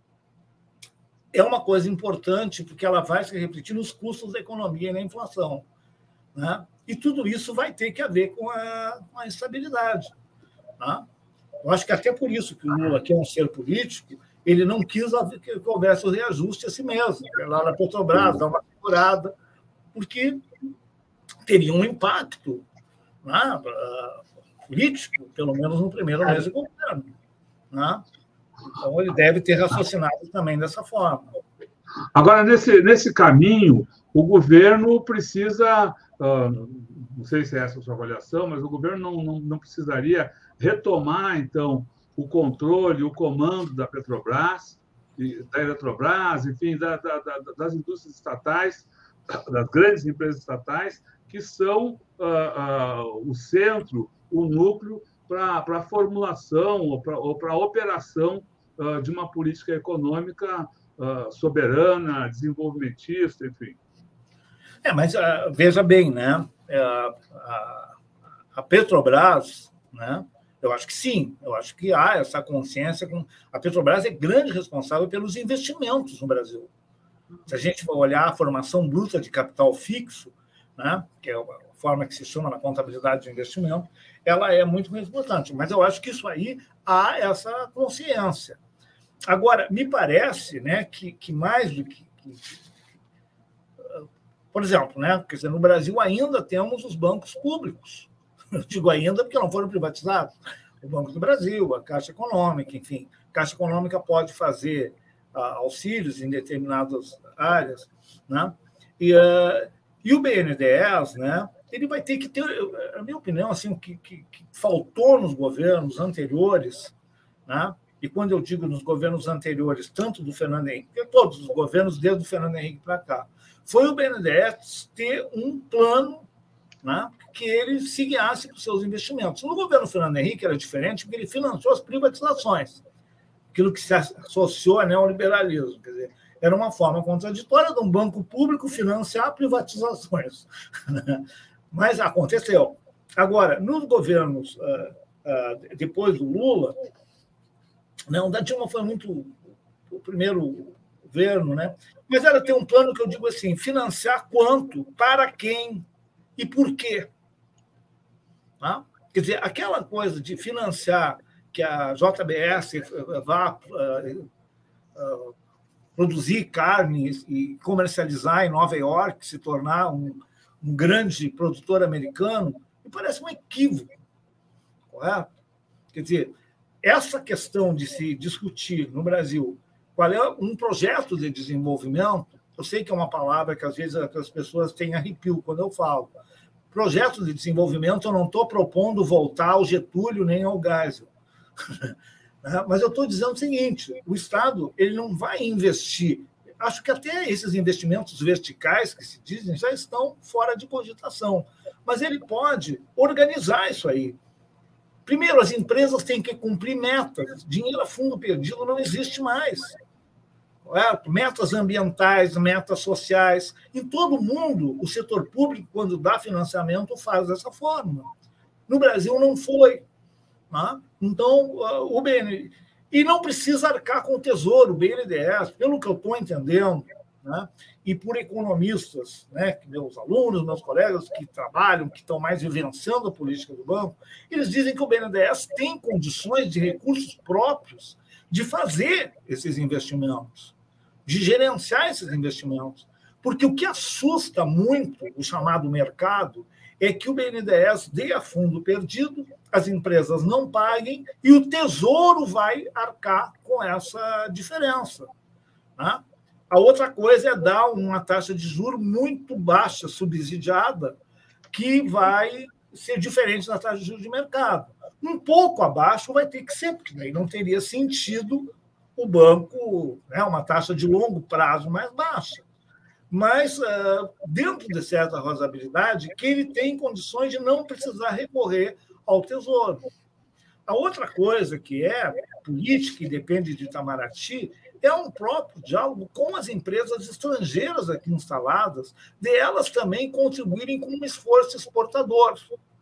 é uma coisa importante, porque ela vai se refletir nos custos da economia e na inflação. Né? E tudo isso vai ter que ver com a estabilidade. Né? Eu acho que até por isso que o Lula, que é um ser político, ele não quis que houvesse o reajuste a si mesmo, lá na Petrobras, dar uma segurada, porque teria um impacto, né, político, pelo menos no primeiro mês de governo. Né? Então, ele deve ter raciocinado também dessa forma. Agora, nesse caminho, o governo precisa, não sei se é essa a sua avaliação, mas o governo não precisaria retomar, então, o controle, o comando da Petrobras, da Eletrobras, enfim, das indústrias estatais, das grandes empresas estatais, que são o centro, o núcleo para a formulação ou para a operação de uma política econômica soberana, desenvolvimentista, enfim. Mas veja bem, né? A Petrobras, né? Eu acho que sim, eu acho que há essa consciência. A Petrobras é grande responsável pelos investimentos no Brasil. Se a gente for olhar a formação bruta de capital fixo, né, que é a forma que se chama na contabilidade de investimento, ela é muito importante. Mas eu acho que isso aí há essa consciência. Agora, me parece, né, que mais do que... Por exemplo, né, quer dizer, no Brasil ainda temos os bancos públicos. Eu digo ainda porque não foram privatizados. O Banco do Brasil, a Caixa Econômica, enfim. A Caixa Econômica pode fazer auxílios em determinadas áreas, né? E o BNDES, né, ele vai ter que ter, a minha opinião, assim, o que faltou nos governos anteriores, né? E quando eu digo nos governos anteriores, tanto do Fernando Henrique, todos os governos desde o Fernando Henrique para cá, foi o BNDES ter um plano, né, que ele se guiasse com seus investimentos. No governo Fernando Henrique era diferente, porque ele financiou as privatizações, aquilo que se associou ao neoliberalismo. Quer dizer, era uma forma contraditória de um banco público financiar privatizações. Mas aconteceu. Agora, nos governos, depois do Lula, não, da Dilma foi muito o primeiro governo, né? Mas ela tem um plano que eu digo assim: financiar quanto, para quem e por quê. Tá? Quer dizer, aquela coisa de financiar que a JBS vá produzir carne e comercializar em Nova York, se tornar um grande produtor americano, Me parece um equívoco, correto? Quer dizer, essa questão de se discutir no Brasil qual é um projeto de desenvolvimento, eu sei que é uma palavra que às vezes as pessoas têm arrepio quando eu falo. Projeto de desenvolvimento, eu não estou propondo voltar ao Getúlio nem ao Geisel. Mas eu estou dizendo o seguinte, o Estado ele não vai investir. Acho que até esses investimentos verticais que se dizem já estão fora de cogitação. Mas ele pode organizar isso aí. Primeiro, as empresas têm que cumprir metas. Dinheiro a fundo perdido não existe mais. Correto? Metas ambientais, metas sociais. Em todo mundo, o setor público, quando dá financiamento, faz dessa forma. No Brasil, não foi. Tá? Então, o BNDES... E não precisa arcar com o Tesouro, o BNDES, pelo que eu estou entendendo, né? E por economistas, né? Meus alunos, meus colegas que trabalham, que estão mais vivenciando a política do banco, eles dizem que o BNDES tem condições de recursos próprios de fazer esses investimentos, de gerenciar esses investimentos. Porque o que assusta muito o chamado mercado é que o BNDES dê a fundo perdido, as empresas não paguem e o Tesouro vai arcar com essa diferença. Né? A outra coisa é dar uma taxa de juros muito baixa, subsidiada, que vai ser diferente da taxa de juros de mercado. Um pouco abaixo vai ter que ser, porque daí não teria sentido o banco, né, uma taxa de longo prazo mais baixa. Mas, dentro de certa razoabilidade, que ele tem condições de não precisar recorrer ao Tesouro. A outra coisa que é política e depende de Itamaraty é um próprio diálogo com as empresas estrangeiras aqui instaladas, de elas também contribuírem com um esforço exportador.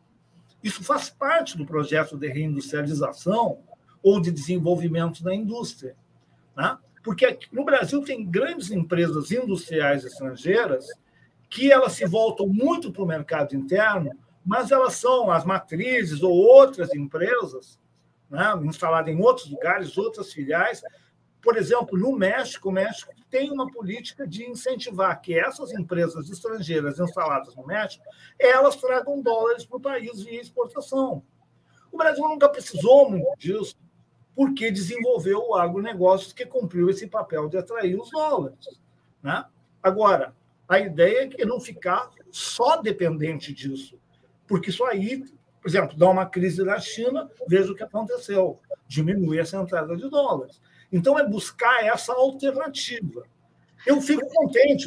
Isso faz parte do projeto de reindustrialização ou de desenvolvimento da indústria. Né? Porque aqui no Brasil tem grandes empresas industriais estrangeiras que elas se voltam muito para o mercado interno, mas elas são as matrizes ou outras empresas, né, instaladas em outros lugares, outras filiais. Por exemplo, no México, o México tem uma política de incentivar que essas empresas estrangeiras instaladas no México, elas tragam dólares para o país via exportação. O Brasil nunca precisou muito disso, porque desenvolveu o agronegócio que cumpriu esse papel de atrair os dólares. Né? Agora, a ideia é que não ficar só dependente disso, porque isso aí, por exemplo, dá uma crise na China, veja o que aconteceu, diminui essa entrada de dólares. Então, é buscar essa alternativa. Eu fico contente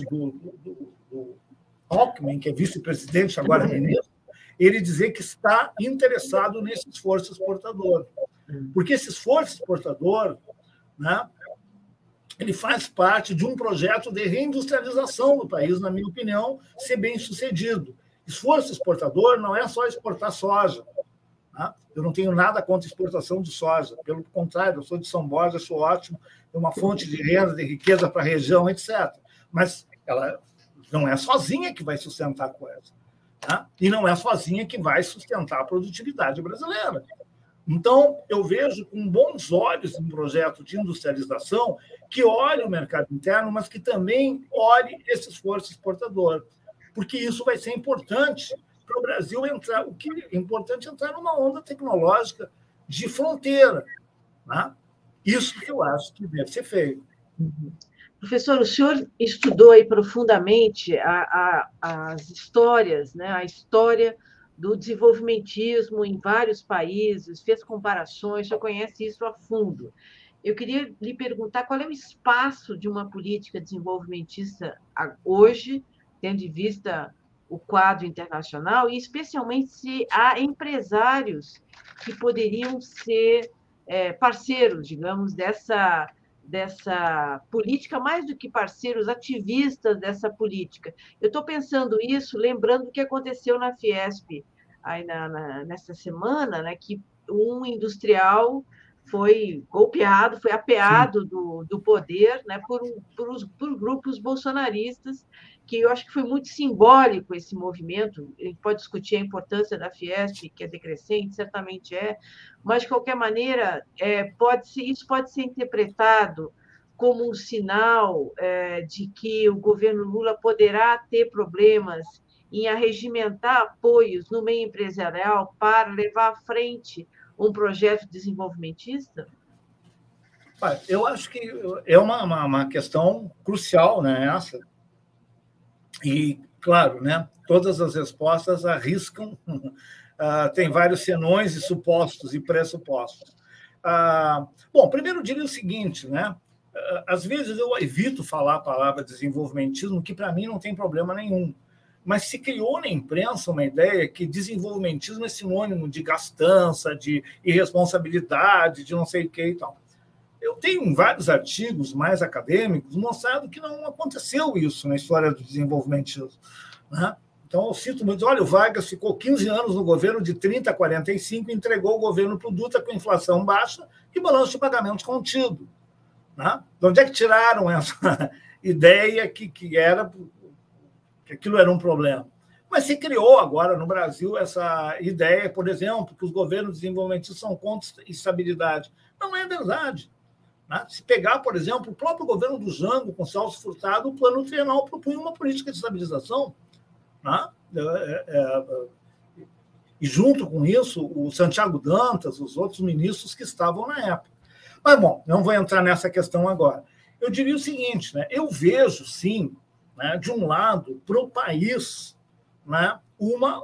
do Alckmin, que é vice-presidente, agora ministro, ele dizer que está interessado nesse esforço exportador. Porque esse esforço exportador, né, ele faz parte de um projeto de reindustrialização do país, na minha opinião, ser bem sucedido. Esforço exportador não é só exportar soja. Né? Eu não tenho nada contra a exportação de soja. Pelo contrário, eu sou de São Borja, acho ótimo, é uma fonte de renda, de riqueza para a região, etc. Mas ela não é sozinha que vai sustentar a coisa. Né? E não é sozinha que vai sustentar a produtividade brasileira. Então, eu vejo com bons olhos um projeto de industrialização que olhe o mercado interno, mas que também olhe esse esforço exportador, porque isso vai ser importante para o Brasil entrar. O que é importante é entrar numa onda tecnológica de fronteira. Né? Isso que eu acho que deve ser feito. Professor, o senhor estudou aí profundamente as histórias, né? A história do desenvolvimentismo em vários países, fez comparações, já conhece isso a fundo. Eu queria lhe perguntar qual é o espaço de uma política desenvolvimentista hoje, tendo em vista o quadro internacional, e especialmente se há empresários que poderiam ser parceiros, digamos, dessa política, mais do que parceiros, ativistas dessa política. Eu estou pensando isso, lembrando o que aconteceu na Fiesp aí nessa semana, né, que um industrial foi golpeado, foi apeado do poder, né, por grupos bolsonaristas, que eu acho que foi muito simbólico esse movimento. A gente pode discutir a importância da Fiesp, que é decrescente, certamente é, mas, de qualquer maneira, isso pode ser interpretado como um sinal de que o governo Lula poderá ter problemas em arregimentar apoios no meio empresarial para levar à frente um projeto desenvolvimentista? Eu acho que é uma questão crucial, né, essa. E, claro, né, todas as respostas arriscam, tem vários senões e supostos e pressupostos. Bom, primeiro eu diria o seguinte, né? Às vezes eu evito falar a palavra desenvolvimentismo, que para mim não tem problema nenhum. Mas se criou na imprensa uma ideia que desenvolvimentismo é sinônimo de gastança, de irresponsabilidade, de não sei o que e tal. Eu tenho em vários artigos mais acadêmicos mostrado que não aconteceu isso na história do desenvolvimentismo, né? Então, eu cito muito, olha, o Vargas ficou 15 anos no governo, de 30 a 45, e entregou o governo para o Dutra com inflação baixa e balanço de pagamentos contido, né? De onde é que tiraram essa ideia que aquilo era um problema? Mas se criou agora no Brasil essa ideia, por exemplo, que os governos desenvolvimentistas são contra estabilidade. Não é verdade. Se pegar, por exemplo, o próprio governo do Jango, com Celso Furtado, o plano trienal propunha uma política de estabilização, né? E, junto com isso, o Santiago Dantas, os outros ministros que estavam na época. Mas, bom, não vou entrar nessa questão agora. Eu diria o seguinte, né? Eu vejo, sim, né, de um lado, para o país, né, uma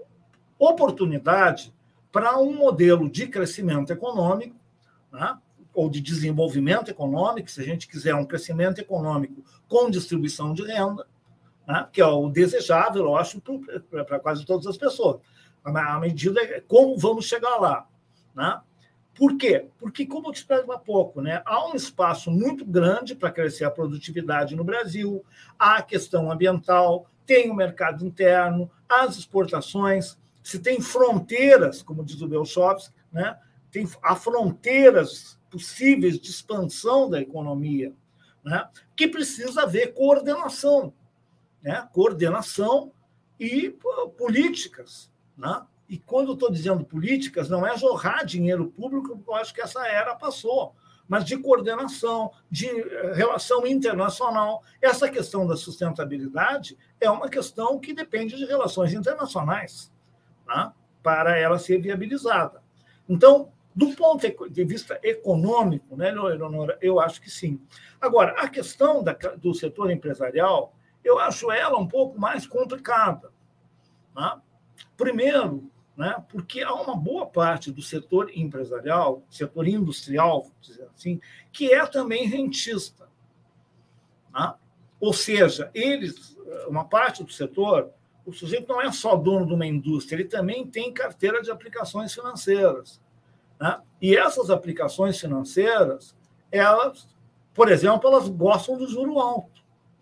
oportunidade para um modelo de crescimento econômico, né, ou de desenvolvimento econômico, se a gente quiser um crescimento econômico com distribuição de renda, né, que é o desejável, eu acho, para quase todas as pessoas. A medida é como vamos chegar lá, né? Por quê? Porque, como eu te expliquei há pouco, né, há um espaço muito grande para crescer a produtividade no Brasil, há a questão ambiental, tem o mercado interno, as exportações, se tem fronteiras, como diz o Belchovsky, né, há fronteiras possíveis de expansão da economia, né, que precisa haver coordenação, né, coordenação e políticas, né? E quando eu estou dizendo políticas, não é jorrar dinheiro público, porque eu acho que essa era passou, mas de coordenação, de relação internacional. Essa questão da sustentabilidade é uma questão que depende de relações internacionais, né, para ela ser viabilizada. Então, do ponto de vista econômico, né, Eleonora, eu acho que sim. Agora, a questão do setor empresarial, eu acho ela um pouco mais complicada, né? Primeiro, né, porque há uma boa parte do setor empresarial, setor industrial, vamos dizer assim, que é também rentista, né? Ou seja, uma parte do setor, o sujeito não é só dono de uma indústria, ele também tem carteira de aplicações financeiras, né? E essas aplicações financeiras, elas, por exemplo, elas gostam do juro alto.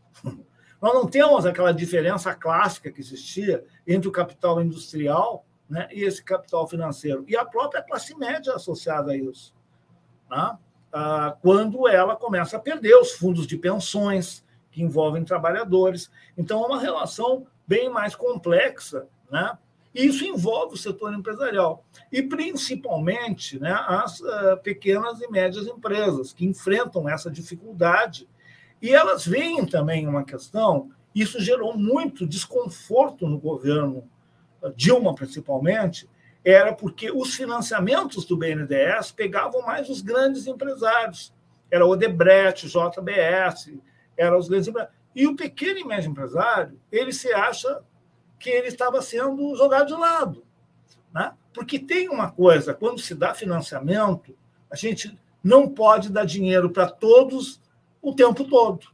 Nós não temos aquela diferença clássica que existia entre o capital industrial, né, e esse capital financeiro. E a própria classe média associada a isso, né? Quando ela começa a perder os fundos de pensões que envolvem trabalhadores. Então, é uma relação bem mais complexa, né? E isso envolve o setor empresarial. E, principalmente, né, as pequenas e médias empresas, que enfrentam essa dificuldade. E elas veem também uma questão, isso gerou muito desconforto no governo Dilma, principalmente, era porque os financiamentos do BNDES pegavam mais os grandes empresários. Era o Odebrecht, o JBS, eram os grandes empresários. E o pequeno e médio empresário, ele se acha que ele estava sendo jogado de lado, né? Porque tem uma coisa, quando se dá financiamento, a gente não pode dar dinheiro para todos o tempo todo.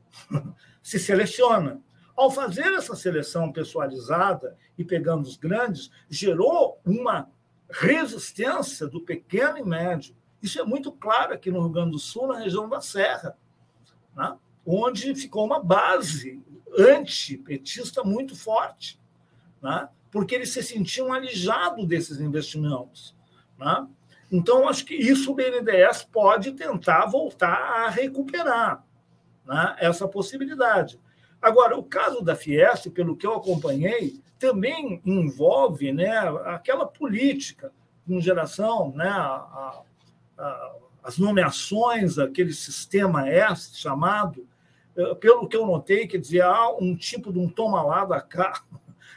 Se seleciona. Ao fazer essa seleção pessoalizada e pegando os grandes, gerou uma resistência do pequeno e médio. Isso é muito claro aqui no Rio Grande do Sul, na região da Serra, né, onde ficou uma base antipetista muito forte, né, porque eles se sentiam alijados desses investimentos, né? Então, acho que isso o BNDES pode tentar voltar a recuperar, né, essa possibilidade. Agora, o caso da Fiesp, pelo que eu acompanhei, também envolve, né, aquela política com geração, né, as nomeações, aquele sistema S chamado, pelo que eu notei, quer dizer, há um tipo de um toma lá da cá,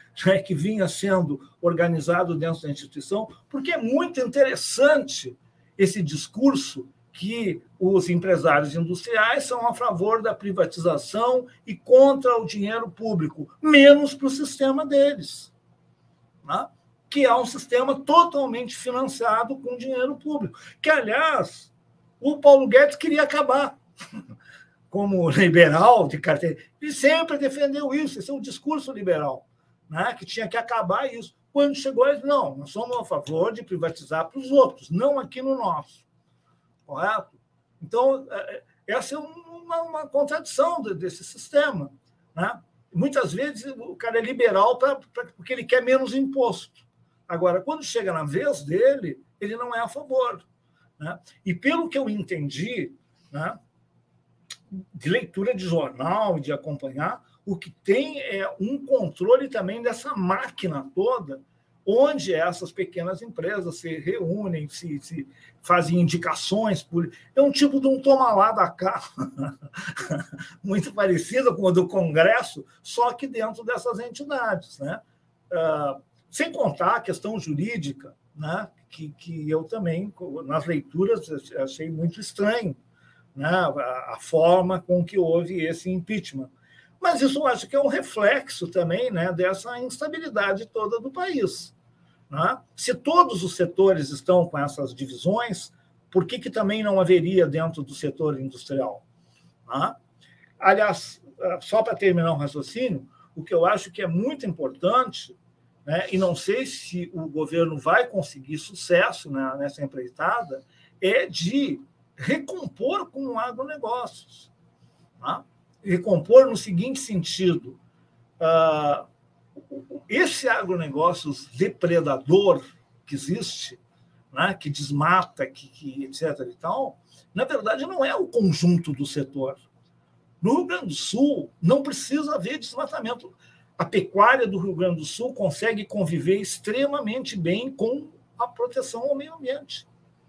né, que vinha sendo organizado dentro da instituição, porque é muito interessante esse discurso que os empresários industriais são a favor da privatização e contra o dinheiro público, menos para o sistema deles, né? Que é um sistema totalmente financiado com dinheiro público, que, aliás, o Paulo Guedes queria acabar. Como liberal de carteira, ele sempre defendeu isso, esse é um discurso liberal, né? Que tinha que acabar isso. Quando chegou, ele disse, não, nós somos a favor de privatizar para os outros, não aqui no nosso. Correto? Então, essa é uma contradição desse sistema, né? Muitas vezes o cara é liberal porque ele quer menos imposto. Agora, quando chega na vez dele, ele não é a favor, né? E pelo que eu entendi, né, de leitura de jornal, de acompanhar, o que tem é um controle também dessa máquina toda, onde essas pequenas empresas se reúnem, se fazem indicações. É um tipo de um toma lá da cá, muito parecido com o do Congresso, só que dentro dessas entidades, né? Sem contar a questão jurídica, né? que eu também, nas leituras, achei muito estranho, né? A forma com que houve esse impeachment. Mas isso eu acho que é um reflexo também, né, dessa instabilidade toda do país, né? Se todos os setores estão com essas divisões, por que também não haveria dentro do setor industrial, né? Aliás, só para terminar o raciocínio, o que eu acho que é muito importante, né, e não sei se o governo vai conseguir sucesso, né, nessa empreitada, é de recompor com o agronegócios, né? Recompor no seguinte sentido: esse agronegócio depredador que existe, né, que desmata, que etc. e tal, na verdade, não é o conjunto do setor. No Rio Grande do Sul, não precisa haver desmatamento. A pecuária do Rio Grande do Sul consegue conviver extremamente bem com a proteção ao meio ambiente.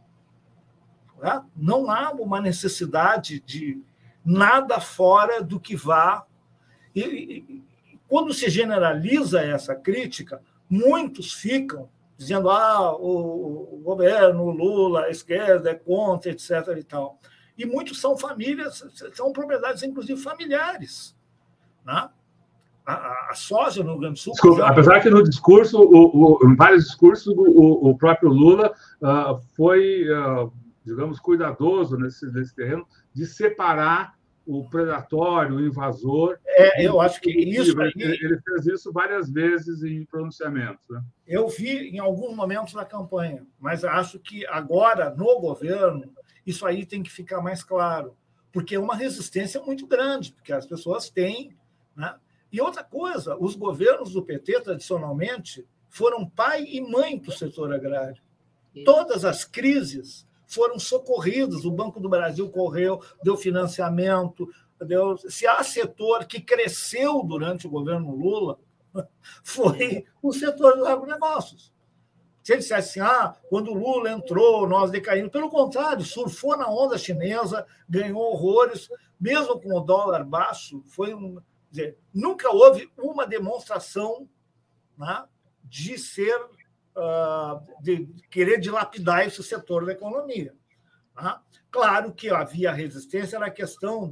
Não há uma necessidade de nada fora do que vá. E quando se generaliza essa crítica, muitos ficam dizendo o governo, o Lula, a esquerda é contra, etc. e tal. E muitos são famílias, são propriedades, inclusive, familiares, né? A soja no Rio Grande do Sul... Desculpa, apesar que no discurso, em vários discursos, o próprio Lula foi, digamos, cuidadoso nesse terreno de separar o predatório, o invasor... eu acho que isso aí... Ele fez isso várias vezes em pronunciamentos, né? Eu vi em alguns momentos da campanha, mas acho que agora, no governo, isso aí tem que ficar mais claro, porque é uma resistência muito grande, porque as pessoas têm, né? E outra coisa, os governos do PT, tradicionalmente, foram pai e mãe para o setor agrário. Todas as crises foram socorridas, o Banco do Brasil correu, deu financiamento, se há setor que cresceu durante o governo Lula, foi o setor dos agronegócios. Se ele dissesse assim, quando o Lula entrou, nós decaímos. Pelo contrário, surfou na onda chinesa, ganhou horrores, mesmo com o dólar baixo, foi Quer dizer, nunca houve uma demonstração, né, de querer dilapidar esse setor da economia, né? Claro que havia resistência na questão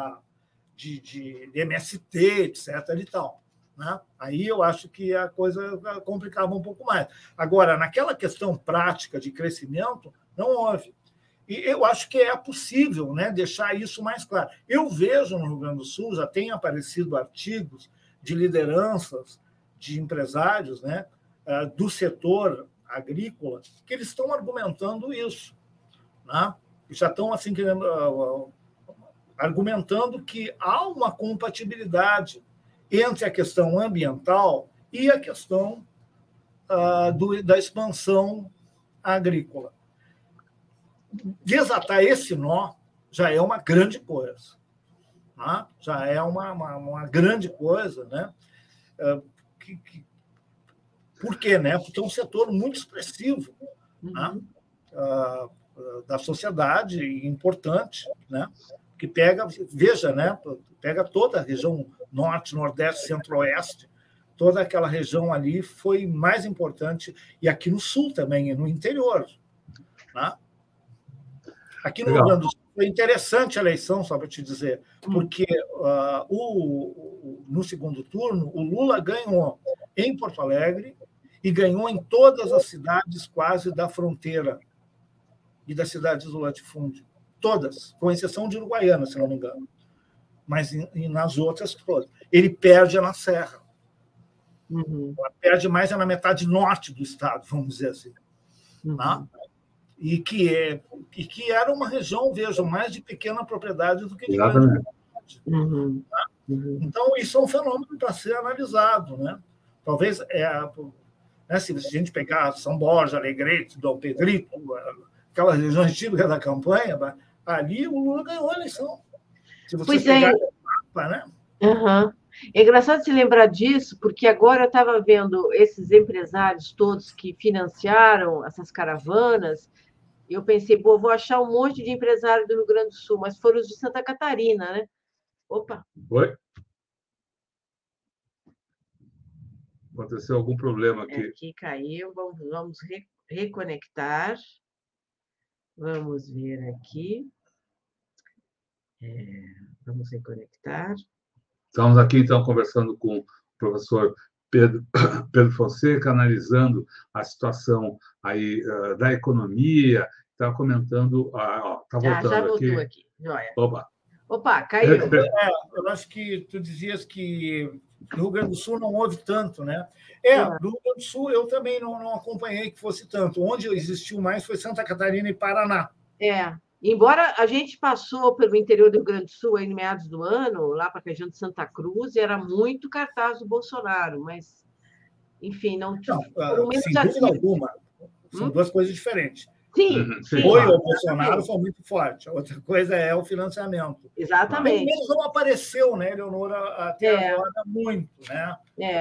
de MST, etc. e tal, né? Aí eu acho que a coisa complicava um pouco mais. Agora, naquela questão prática de crescimento, não houve. E eu acho que é possível, né, deixar isso mais claro. Eu vejo no Rio Grande do Sul, já tem aparecido artigos de lideranças, de empresários, né, do setor agrícola, que eles estão argumentando isso, né? Já estão assim, argumentando que há uma compatibilidade entre a questão ambiental e a questão da expansão agrícola. Desatar esse nó já é uma grande coisa, né? Já é uma grande coisa, né? Por quê? Né? Porque é um setor muito expressivo, né? Da sociedade, importante, né? Que pega, veja, né? Pega toda a região norte, nordeste, centro-oeste, toda aquela região ali foi mais importante, e aqui no Sul também, no interior. Né? Aqui no Rio Grande do Sul foi interessante a eleição, só para te dizer, porque no segundo turno, o Lula ganhou em Porto Alegre e ganhou em todas as cidades quase da fronteira e das cidades do latifúndio. Todas, com exceção de Uruguaiana, se não me engano. Mas nas outras todas. Ele perde na Serra. Ela perde mais na metade norte do estado, vamos dizer assim. Tá? E que era uma região, vejam, mais de pequena propriedade do que de grande propriedade. Tá? Então, isso é um fenômeno para ser analisado. Né? Talvez, se a gente pegar São Borja, Alegrete, Dom Pedrito, aquelas regiões típicas da campanha, ali o Lula ganhou a eleição. Se você pegar o mapa, né? É engraçado se lembrar disso, porque agora eu estava vendo esses empresários todos que financiaram essas caravanas, e eu pensei, vou achar um monte de empresário do Rio Grande do Sul, mas foram os de Santa Catarina, né? Opa! Oi? Aconteceu algum problema aqui? Aqui caiu, vamos reconectar. Vamos ver aqui. Vamos reconectar. Estamos aqui, então, conversando com o professor Pedro Fonseca, analisando a situação aí da economia, está comentando... Está voltando já voltou aqui. Joia. Opa, caiu. Eu acho que tu dizias que no Rio Grande do Sul não houve tanto, né? No Rio Grande do Sul eu também não acompanhei que fosse tanto. Onde existiu mais foi Santa Catarina e Paraná. Embora a gente passou pelo interior do Rio Grande do Sul aí, em meados do ano, lá para a região de Santa Cruz, e era muito cartaz do Bolsonaro, mas, enfim, não tinha. Sem dúvida alguma, são duas coisas diferentes. Sim. Apoio ao Bolsonaro foi muito forte. A outra coisa é o financiamento. Exatamente. Mas não apareceu, né, Eleonora, até agora muito, né?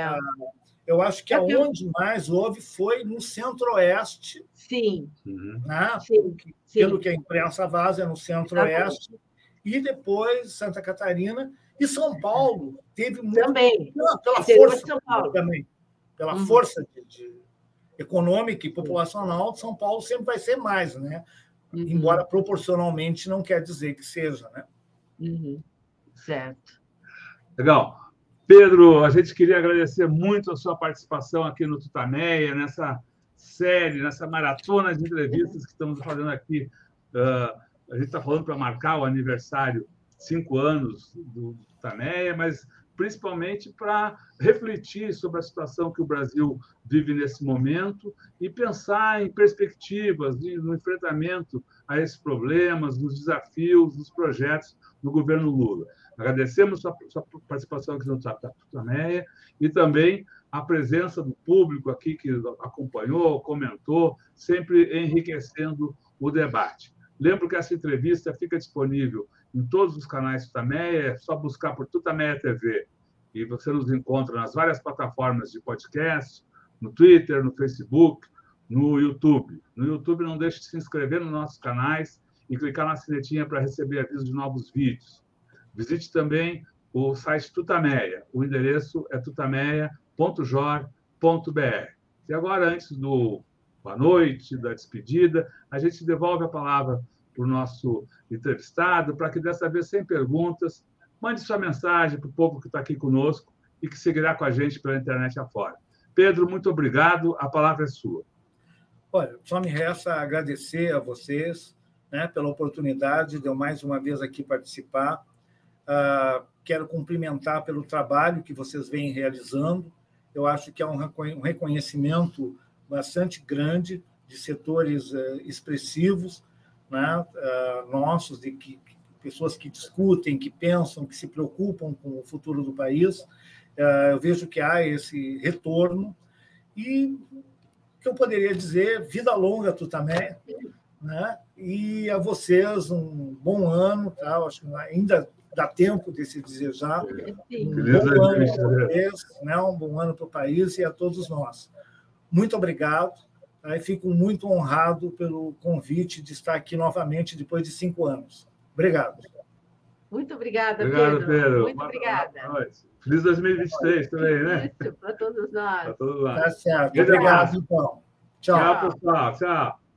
Eu acho que aonde mais houve foi no Centro-Oeste. Sim. Né? Pelo que a imprensa vaza, no Centro-Oeste. E depois Santa Catarina. E São Paulo teve muito. Também. Pela força também. Pela força econômica e populacional, São Paulo sempre vai ser mais, né? Embora proporcionalmente não quer dizer que seja, né? Certo. Legal. Pedro, a gente queria agradecer muito a sua participação aqui no Tutameia, nessa série, nessa maratona de entrevistas que estamos fazendo aqui. A gente está falando para marcar o aniversário 5 anos do Tutameia, mas principalmente para refletir sobre a situação que o Brasil vive nesse momento e pensar em perspectivas, no enfrentamento a esses problemas, nos desafios, nos projetos do governo Lula. Agradecemos sua participação aqui no Tutameia e também a presença do público aqui que acompanhou, comentou, sempre enriquecendo o debate. Lembro que essa entrevista fica disponível em todos os canais Tutameia, é só buscar por Tutameia TV. E você nos encontra nas várias plataformas de podcast, no Twitter, no Facebook, no YouTube. No YouTube, não deixe de se inscrever nos nossos canais e clicar na sinetinha para receber avisos de novos vídeos. Visite também o site Tutameia. O endereço é tutameia.jor.br. E agora, antes do boa noite, da despedida, a gente devolve a palavra para o nosso entrevistado, para que dessa vez, sem perguntas, mande sua mensagem para o povo que está aqui conosco e que seguirá com a gente pela internet afora. Pedro, muito obrigado. A palavra é sua. Olha, só me resta agradecer a vocês, né, pela oportunidade de eu mais uma vez aqui participar. Quero cumprimentar pelo trabalho que vocês vêm realizando. Eu acho que é um reconhecimento bastante grande de setores expressivos, né, nossos, de pessoas que discutem, que pensam, que se preocupam com o futuro do país. Eu vejo que há esse retorno e que eu poderia dizer vida longa, Tutameia, né? E a vocês um bom ano, tá? Acho que ainda dá tempo de se desejar um bom ano para vocês, né? Um bom ano para o país e a todos nós. Muito obrigado. Tá? E fico muito honrado pelo convite de estar aqui novamente depois de 5 anos. Obrigado. Muito obrigada, Obrigado, Pedro. Muito obrigada. Boa noite. Feliz 2023 também, né? Isso, para todos nós. Para todos nós. Tá certo. Obrigado, então. Tchau. Tchau, pessoal. Tchau.